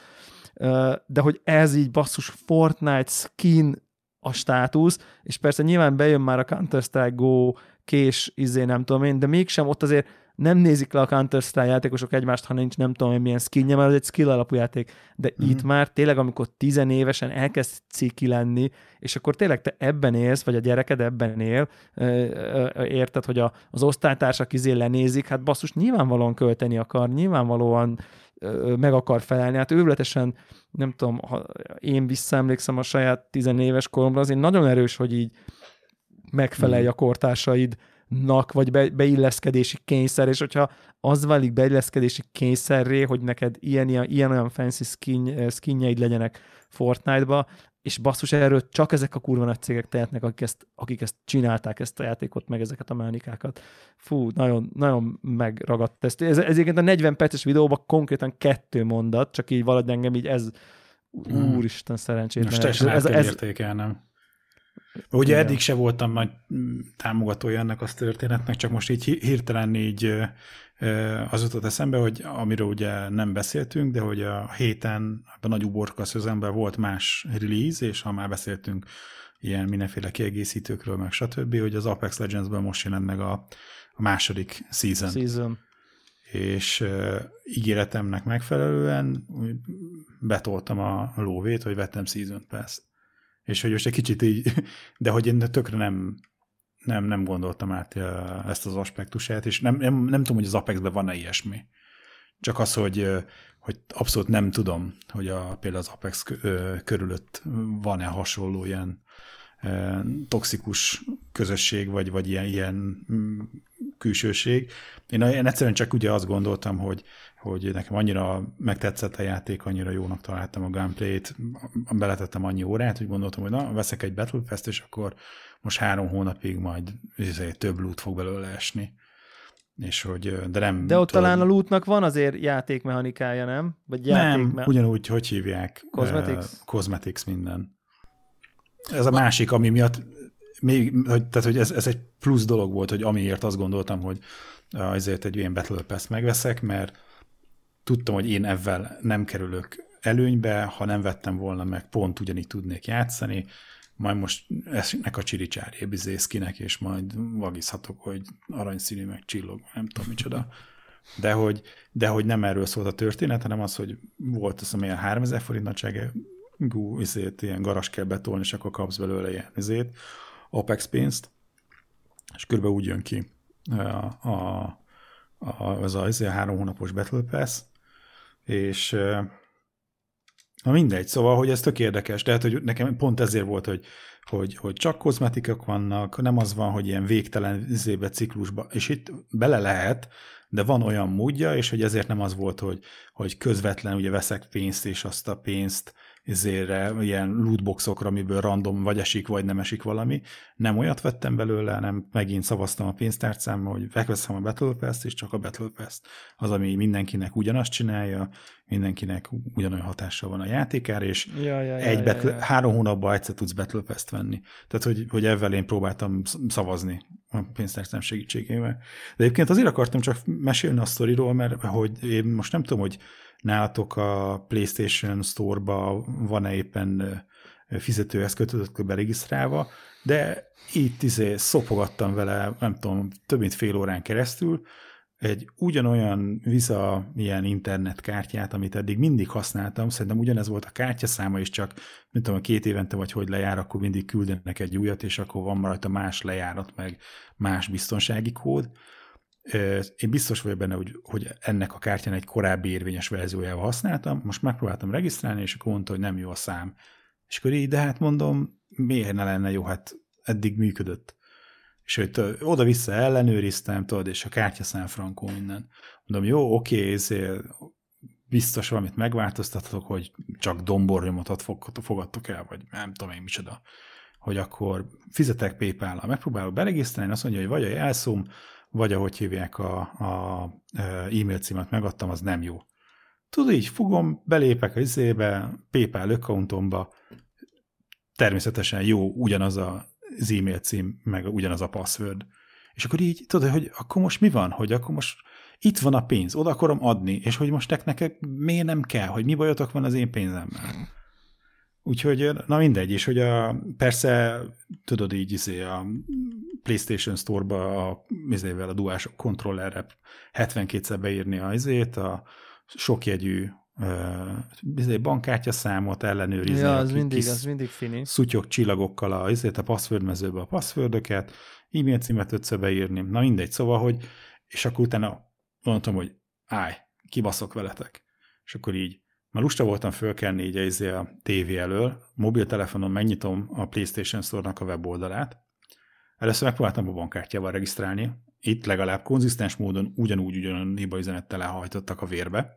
De hogy ez így basszus Fortnite skin a státusz, és persze nyilván bejön már a Counter-Strike Go kés, nem tudom én, de mégsem ott azért nem nézik le a Counter-Strike játékosok egymást, ha nincs nem tudom én milyen skinje, mert ez egy skill alapú játék. De itt már tényleg, amikor 10 évesen elkezd ciki lenni, és akkor tényleg te ebben élsz, vagy a gyereked ebben él, érted, hogy az osztálytársak lenézik, hát basszus, nyilvánvalóan költeni akar, nyilvánvalóan meg akar felelni. Hát őrületesen, nem tudom, ha én visszaemlékszem a saját 10 éves koromra, azért nagyon erős, hogy így megfelelj a kortársaidnak, vagy beilleszkedési kényszer, és hogyha az válik beilleszkedési kényszerré, hogy neked ilyen-olyan fancy skinjeid legyenek Fortnite-ba, és basszus, erről csak ezek a kurva nagy cégek tehetnek, akik ezt csinálták, ezt a játékot, meg ezeket a mechanikákat. Fú, nagyon, nagyon megragadt ezt. Ez egyébként a 40 perces videóban konkrétan 2 mondat, csak így valahogy engem így ez úristen szerencsét. Most teljesen át kell értékelnem. Ugye eddig se voltam nagy támogatója ennek a történetnek, csak most így hirtelen így az jutott eszembe, hogy amiről ugye nem beszéltünk, de hogy a héten a nagy uborka szözemben volt más release, és ha már beszéltünk ilyen mindenféle kiegészítőkről, meg stb., hogy az Apex Legends-ben most jelent meg a második season. És ígéretemnek megfelelően betoltam a lóvét, hogy vettem Season Pass-t. És hogy most egy kicsit így, de hogy én tökre nem gondoltam át ezt az aspektusát, és nem tudom, hogy az Apexben van-e ilyesmi. Csak az, hogy abszolút nem tudom, hogy például az Apex körülött van-e hasonló ilyen toxikus közösség, vagy ilyen külsőség. Én egyszerűen csak ugye azt gondoltam, hogy nekem annyira megtetszett a játék, annyira jónak találtam a gameplayt, beletettem annyi órát, hogy gondoltam, hogy na, veszek egy Battle Pass-t, és akkor most 3 hónapig majd több loot fog belőle esni. És hogy, de ott talán a lootnak van azért játékmechanikája, nem? Vagy nem, ugyanúgy, hogy hívják? Cosmetics minden. Ez a másik, ami miatt tehát, hogy ez egy plusz dolog volt, hogy amiért azt gondoltam, hogy ezért egy ilyen Battle Pass-t megveszek, mert tudtam, hogy én ezzel nem kerülök előnybe, ha nem vettem volna meg, pont ugyanígy tudnék játszani, majd most esnek a csiricsáré bizészkinek, és majd vagizhatok, hogy aranyszínű meg csillog, nem tudom micsoda. De hogy nem erről szólt a történet, hanem az, hogy volt az, amilyen 3000 forint nagyságú ilyen garas kell betolni, és akkor kapsz belőle ilyen Apex pénzt, és körülbelül úgy jön ki ez a 3 hónapos Battle Pass, és na mindegy, szóval, hogy ez tök érdekes, tehát, hogy nekem pont ezért volt, hogy csak kozmetikák vannak, nem az van, hogy ilyen végtelen ciklusba, és itt bele lehet, de van olyan módja, és hogy ezért nem az volt, hogy közvetlen ugye veszek pénzt, és azt a pénzt ilyen lootboxokra, amiből random vagy esik, vagy nem esik valami. Nem olyat vettem belőle, hanem megint szavaztam a pénztárcámmal, hogy megveszem a Battle Pass-t, és csak a Battle Pass az, ami mindenkinek ugyanazt csinálja, mindenkinek ugyanolyan hatással van a játékára, és 3 hónapban egyszer tudsz Battle Pass-t venni. Tehát, hogy ezzel én próbáltam szavazni a pénztárcám segítségével. De egyébként azért akartam csak mesélni a sztoriról, mert hogy én most nem tudom, hogy nálatok a PlayStation Store-ba van-e éppen fizetőeszközt beregisztrálva, de itt szopogattam vele, nem tudom, több mint fél órán keresztül, egy ugyanolyan Visa ilyen internetkártyát, amit eddig mindig használtam, szerintem ugyanez volt a kártyaszáma is, csak mint tudom, 2 évente vagy hogy lejár, akkor mindig küldenek egy újat, és akkor van rajta más lejárat, meg más biztonsági kód. Én biztos vagyok benne, hogy ennek a kártyán egy korábbi érvényes verziójával használtam, most megpróbáltam regisztrálni, és akkor mondta, hogy nem jó a szám. És akkor így, de hát mondom, miért ne lenne jó, hát eddig működött. És hogy oda-vissza ellenőriztem, tudod, és a kártyaszám frankó minden. Mondom, jó, oké, biztos valamit megváltoztathatok, hogy csak dombornyomotat fogadtok el, vagy nem tudom én micsoda. Hogy akkor fizetek PayPal-al, megpróbálok beregisztrálni, azt mondja, hogy vagy a jelszóm, vagy ahogy hívják a e-mail címet megadtam, az nem jó. Tudod, így fogom, belépek az PayPal accountomba, természetesen jó, ugyanaz az e-mail cím, meg ugyanaz a password. És akkor így, tudod, hogy akkor most mi van? Hogy akkor most itt van a pénz, oda akarom adni, és hogy most nektek miért nem kell, hogy mi bajotok van az én pénzemmel? Úgyhogy, na mindegy, és hogy persze, tudod így, a PlayStation Store-ba a DualShock kontrollerre 72-szer beírni a sokjegyű bankkártyaszámot ellenőrizni. Ja, az mindig fini. Szutyok csillagokkal a password mezőbe a passwordöket, e-mail címet 5-ször beírni. Na mindegy, szóval, hogy és akkor utána mondtam, hogy állj, kibaszok veletek. És akkor így már lusta voltam fölkelni így a tévé elől, mobiltelefonon megnyitom a PlayStation Store-nak a weboldalát. Először megpróbáltam a bankkártyával regisztrálni. Itt legalább konzisztens módon ugyanolyan hibaüzenettel elhajtottak a vérbe.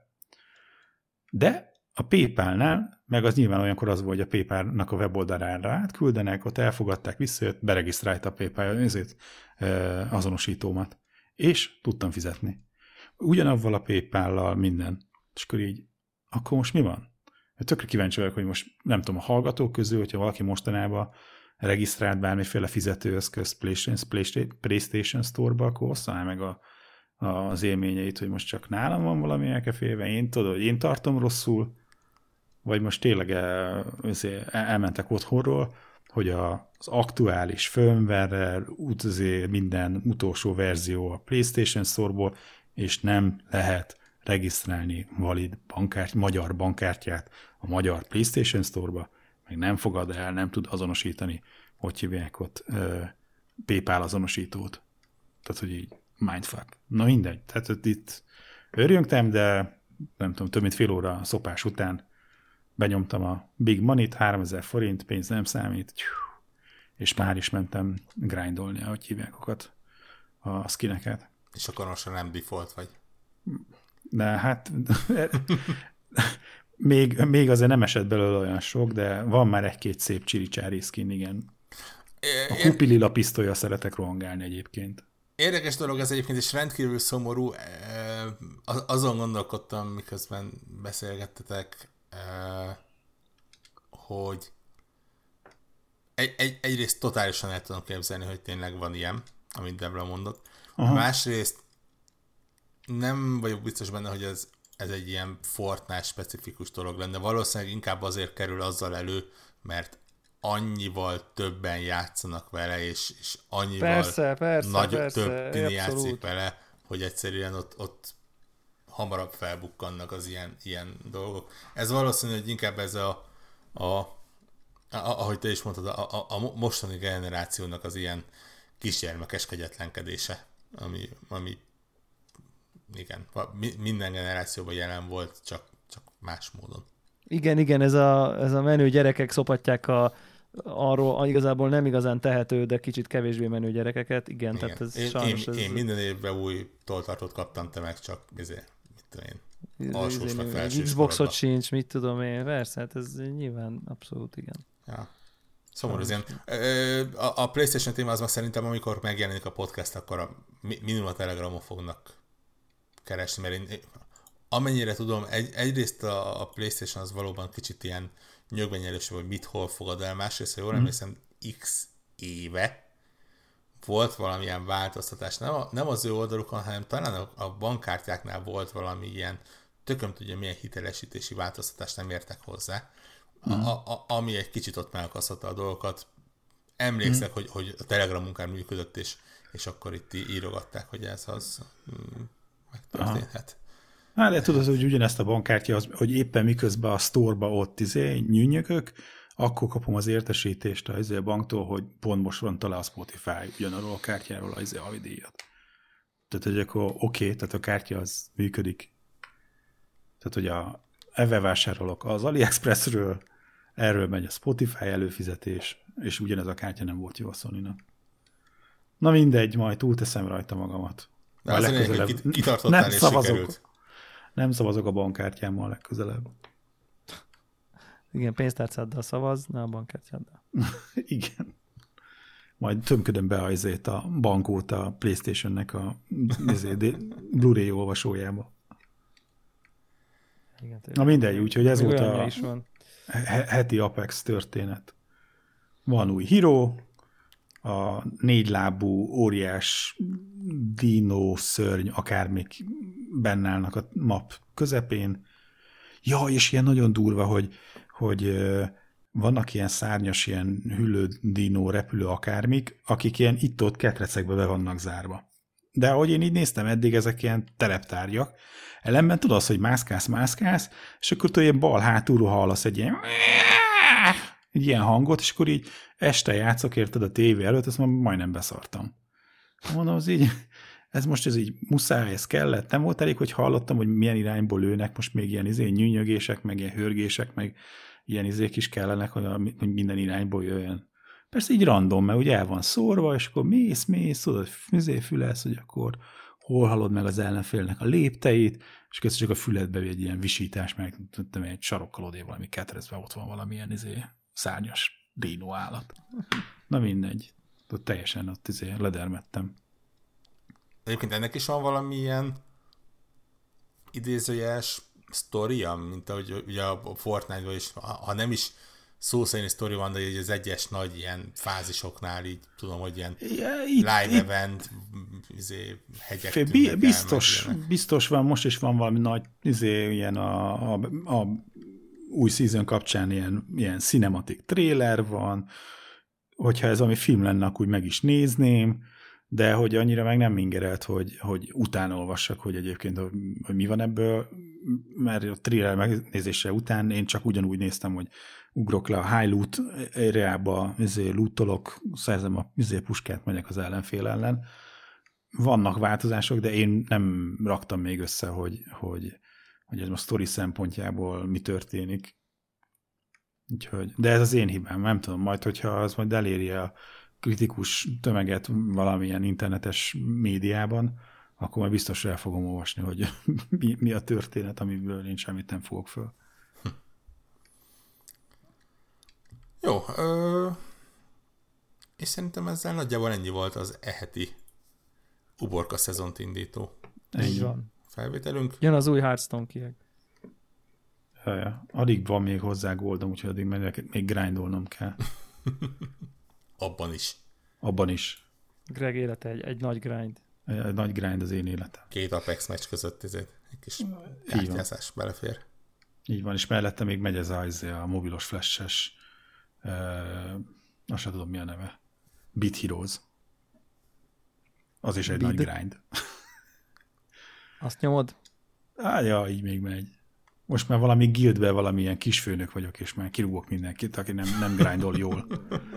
De a PayPal-nál, meg az nyilván olyankor az volt, hogy a PayPal-nak a weboldalára átküldenek, ott elfogadták, visszajött, beregisztrálta a PayPal azonosítómat. És tudtam fizetni. Ugyanavval a PayPal-lal minden. És akkor így, akkor most mi van? Tökre kíváncsi vagyok, hogy most nem tudom, a hallgatók közül, hogyha valaki mostanában regisztrált bármiféle fizetőeszköz PlayStation Store-ba, akkor osztaná meg az élményeit, hogy most csak nálam van valami elkefélve, én tartom rosszul, vagy most tényleg elmentek otthonról, hogy az aktuális firmware-rel minden utolsó verzió a PlayStation Store-ból, és nem lehet regisztrálni valid magyar bankkártyát a magyar PlayStation Store-ba, meg nem fogad el, nem tud azonosítani, hogy hívják ott PayPal azonosítót. Tehát, hogy így mindfuck. Na mindegy. Tehát itt örjöngtem, de nem tudom, több mint fél óra szopás után benyomtam a Big Money-t, 3000 forint, pénz nem számít, és már is mentem grindolni, ahogy hívják a skineket. És akkor most nem default vagy. De hát még azért nem esett belőle olyan sok, de van már egy-két szép csiricsári skin, igen. A kupilila pisztolya szeretek rohangálni egyébként. Érdekes dolog ez egyébként, és rendkívül szomorú. Azon gondolkodtam, miközben beszélgettetek, hogy egyrészt totálisan el tudom képzelni, hogy tényleg van ilyen, amit Debra mondott. Aha. Másrészt nem vagyok biztos benne, hogy ez egy ilyen Fortnite specifikus dolog lenne. Valószínűleg inkább azért kerül azzal elő, mert annyival többen játszanak vele, és annyival több tini játszik vele, hogy egyszerűen ott hamarabb felbukkannak az ilyen dolgok. Ez valószínű, hogy inkább ez ahogy te is mondtad, a mostani generációnak az ilyen kisgyermekes kegyetlenkedése, ami igen, minden generációban jelen volt, csak más módon. Igen, ez a menő gyerekek szopatják arról igazából nem igazán tehető, de kicsit kevésbé menő gyerekeket. Igen. Tehát ez én minden évben új tolltartót kaptam, te meg csak mit tudom én, Xboxot sincs, mit tudom én, persze, hát ez nyilván abszolút igen. Ja. Szomorú az ilyen. A PlayStation téma az már szerintem, amikor megjelenik a podcast, akkor minimum a Telegramon fognak keresni, mert én amennyire tudom, egyrészt a PlayStation az valóban kicsit ilyen nyögvenyelős, hogy mit hol fogad el, másrészt, ha jól emlékszem, X éve volt valamilyen változtatás, nem az ő oldalukon, hanem talán a bankkártyáknál volt valami ilyen, tököm tudja milyen hitelesítési változtatást, nem értek hozzá, ami egy kicsit ott megakasztotta a dolgokat. Emlékszek, hogy a Telegram munkán működött, és akkor itt írogatták, hogy ez az megtörténhet. Hát de tudod, hogy ugyanezt a bankkártya, hogy éppen miközben a sztorba ott nyűnyögök, akkor kapom az értesítést a banktól, hogy pont most van talán a Spotify ugyanarról a kártyáról a havidíjat. Tehát, hogy akkor oké, tehát a kártya az működik. Tehát, hogy ebben vásárolok az AliExpressről, erről megy a Spotify előfizetés, és ugyanez a kártya nem volt jó a Sony-nak. Na mindegy, majd túlteszem rajta magamat. De az legközelebb... hogy kitartottál és sikerült. Nem szavazok a bankkártyámmal legközelebb. Igen, pénztárcáddal szavaz, ne a bankkártyáddal. Igen. Majd tömködöm be a bankót a PlayStation-nek a Blu-ray olvasójába. Igen, na mindegy, úgyhogy ez volt a heti Apex történet. Van új hero, a 4 lábú óriás dino szörny akármik benne állnak a map közepén. Ja, és ilyen nagyon durva, hogy vannak ilyen szárnyas, ilyen hüllő dino repülő akármik, akik ilyen itt-ott ketrecekbe be vannak zárva. De ahogy én így néztem eddig, ezek ilyen tereptárgyak. Ellenben tudod azt, hogy mászkálsz, és akkor tudod, ilyen bal hátulról hallasz egy ilyen hangot, és akkor így este játszok, érted, a tévé előtt, azt majdnem beszartam. Mondom, ez így muszáj, ez kellett. Nem volt elég, hogy hallottam, hogy milyen irányból lőnek, most még ilyen nyűnyögések, meg ilyen hörgések, meg ilyen izék is kellenek, hogy minden irányból jöjjön. Persze így random, mert ugye el van szórva, és akkor mész, tudod, fülelsz, hogy akkor hol hallod meg az ellenfélnek a lépteit, és közben csak a füledbe egy ilyen visítás, meg tudtam, egy sarokkal odébb valami ketrecbe, ott van valamilyen szárnyas dino állat. Na mindegy. Ott teljesen ott ledermettem. Egyébként ennek is van valamilyen idézőjeles sztoria, mint ahogy ugye a Fortnite-ban is, ha nem is szó szerint sztori van, de így az egyes nagy ilyen fázisoknál így tudom, hogy ilyen live event, hegyek biztos van, most is van valami nagy ilyen a új season kapcsán ilyen cinematic trailer van, hogyha ez valami film lenne, akkor úgy meg is nézném, de hogy annyira meg nem ingerelt, hogy utána olvassak, hogy egyébként hogy mi van ebből, mert a trailer megnézése után én csak ugyanúgy néztem, hogy ugrok le a high loot areába, lootolok, szerzem a puskát, megyek az ellenfél ellen. Vannak változások, de én nem raktam még össze, hogy ez a sztori szempontjából mi történik. Úgyhogy, de ez az én hibám, nem tudom, majd hogyha az majd eléri a kritikus tömeget valamilyen internetes médiában, akkor majd biztos el fogom olvasni, hogy mi a történet, amiből én semmit nem fogok föl. Jó, és szerintem ezzel nagyjából ennyi volt az heti uborka szezont indító. Így van. Felvételünk. Jön az új Hearthstone kieg. Ja. Addig van még hozzá goldom, úgyhogy addig még grindolnom kell. Abban is. Greg élete egy nagy grind. Egy nagy grind az én életem. 2 Apex meccs között egy kis kártyázás belefér. Így van, és mellette még megy ez a mobilos flash-es azt sem tudom mi a neve. Beat Heroes. Az is egy nagy grind. Azt nyomod? Ja, így még megy. Most már valami guildben valamilyen kisfőnök vagyok, és már kirúgok mindenkit, aki nem grindol jól.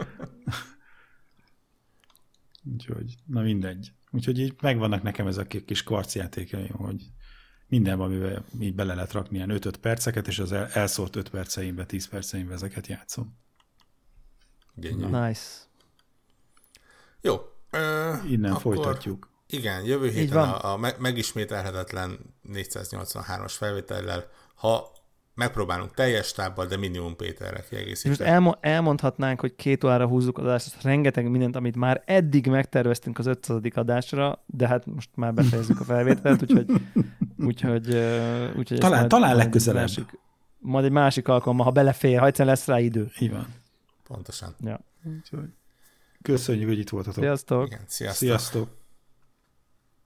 Úgyhogy, na mindegy. Úgyhogy így megvannak nekem ezek a kis karcjátékai, hogy mindenben, amivel így bele lehet rakni ilyen 5-5 perceket, és az elszórt 5 perceimbe, 10 perceimbe ezeket játszom. Nice. Jó. Innen folytatjuk. Igen, jövő héten a megismételhetetlen 483-as felvétellel, ha megpróbálunk teljes tábbal, de minimum Péterre kiegészítve. Most elmondhatnánk, hogy 2 órára húzzuk az adást, rengeteg mindent, amit már eddig megterveztünk az 500. adásra, de hát most már befejezzük a felvételt, úgyhogy talán legközelebb. Majd egy másik alkalommal, ha belefér, ha egyszer lesz rá idő. Így van. Pontosan. Ja. Köszönjük, hogy itt voltatok. Sziasztok! Igen, sziasztok! Sziasztok.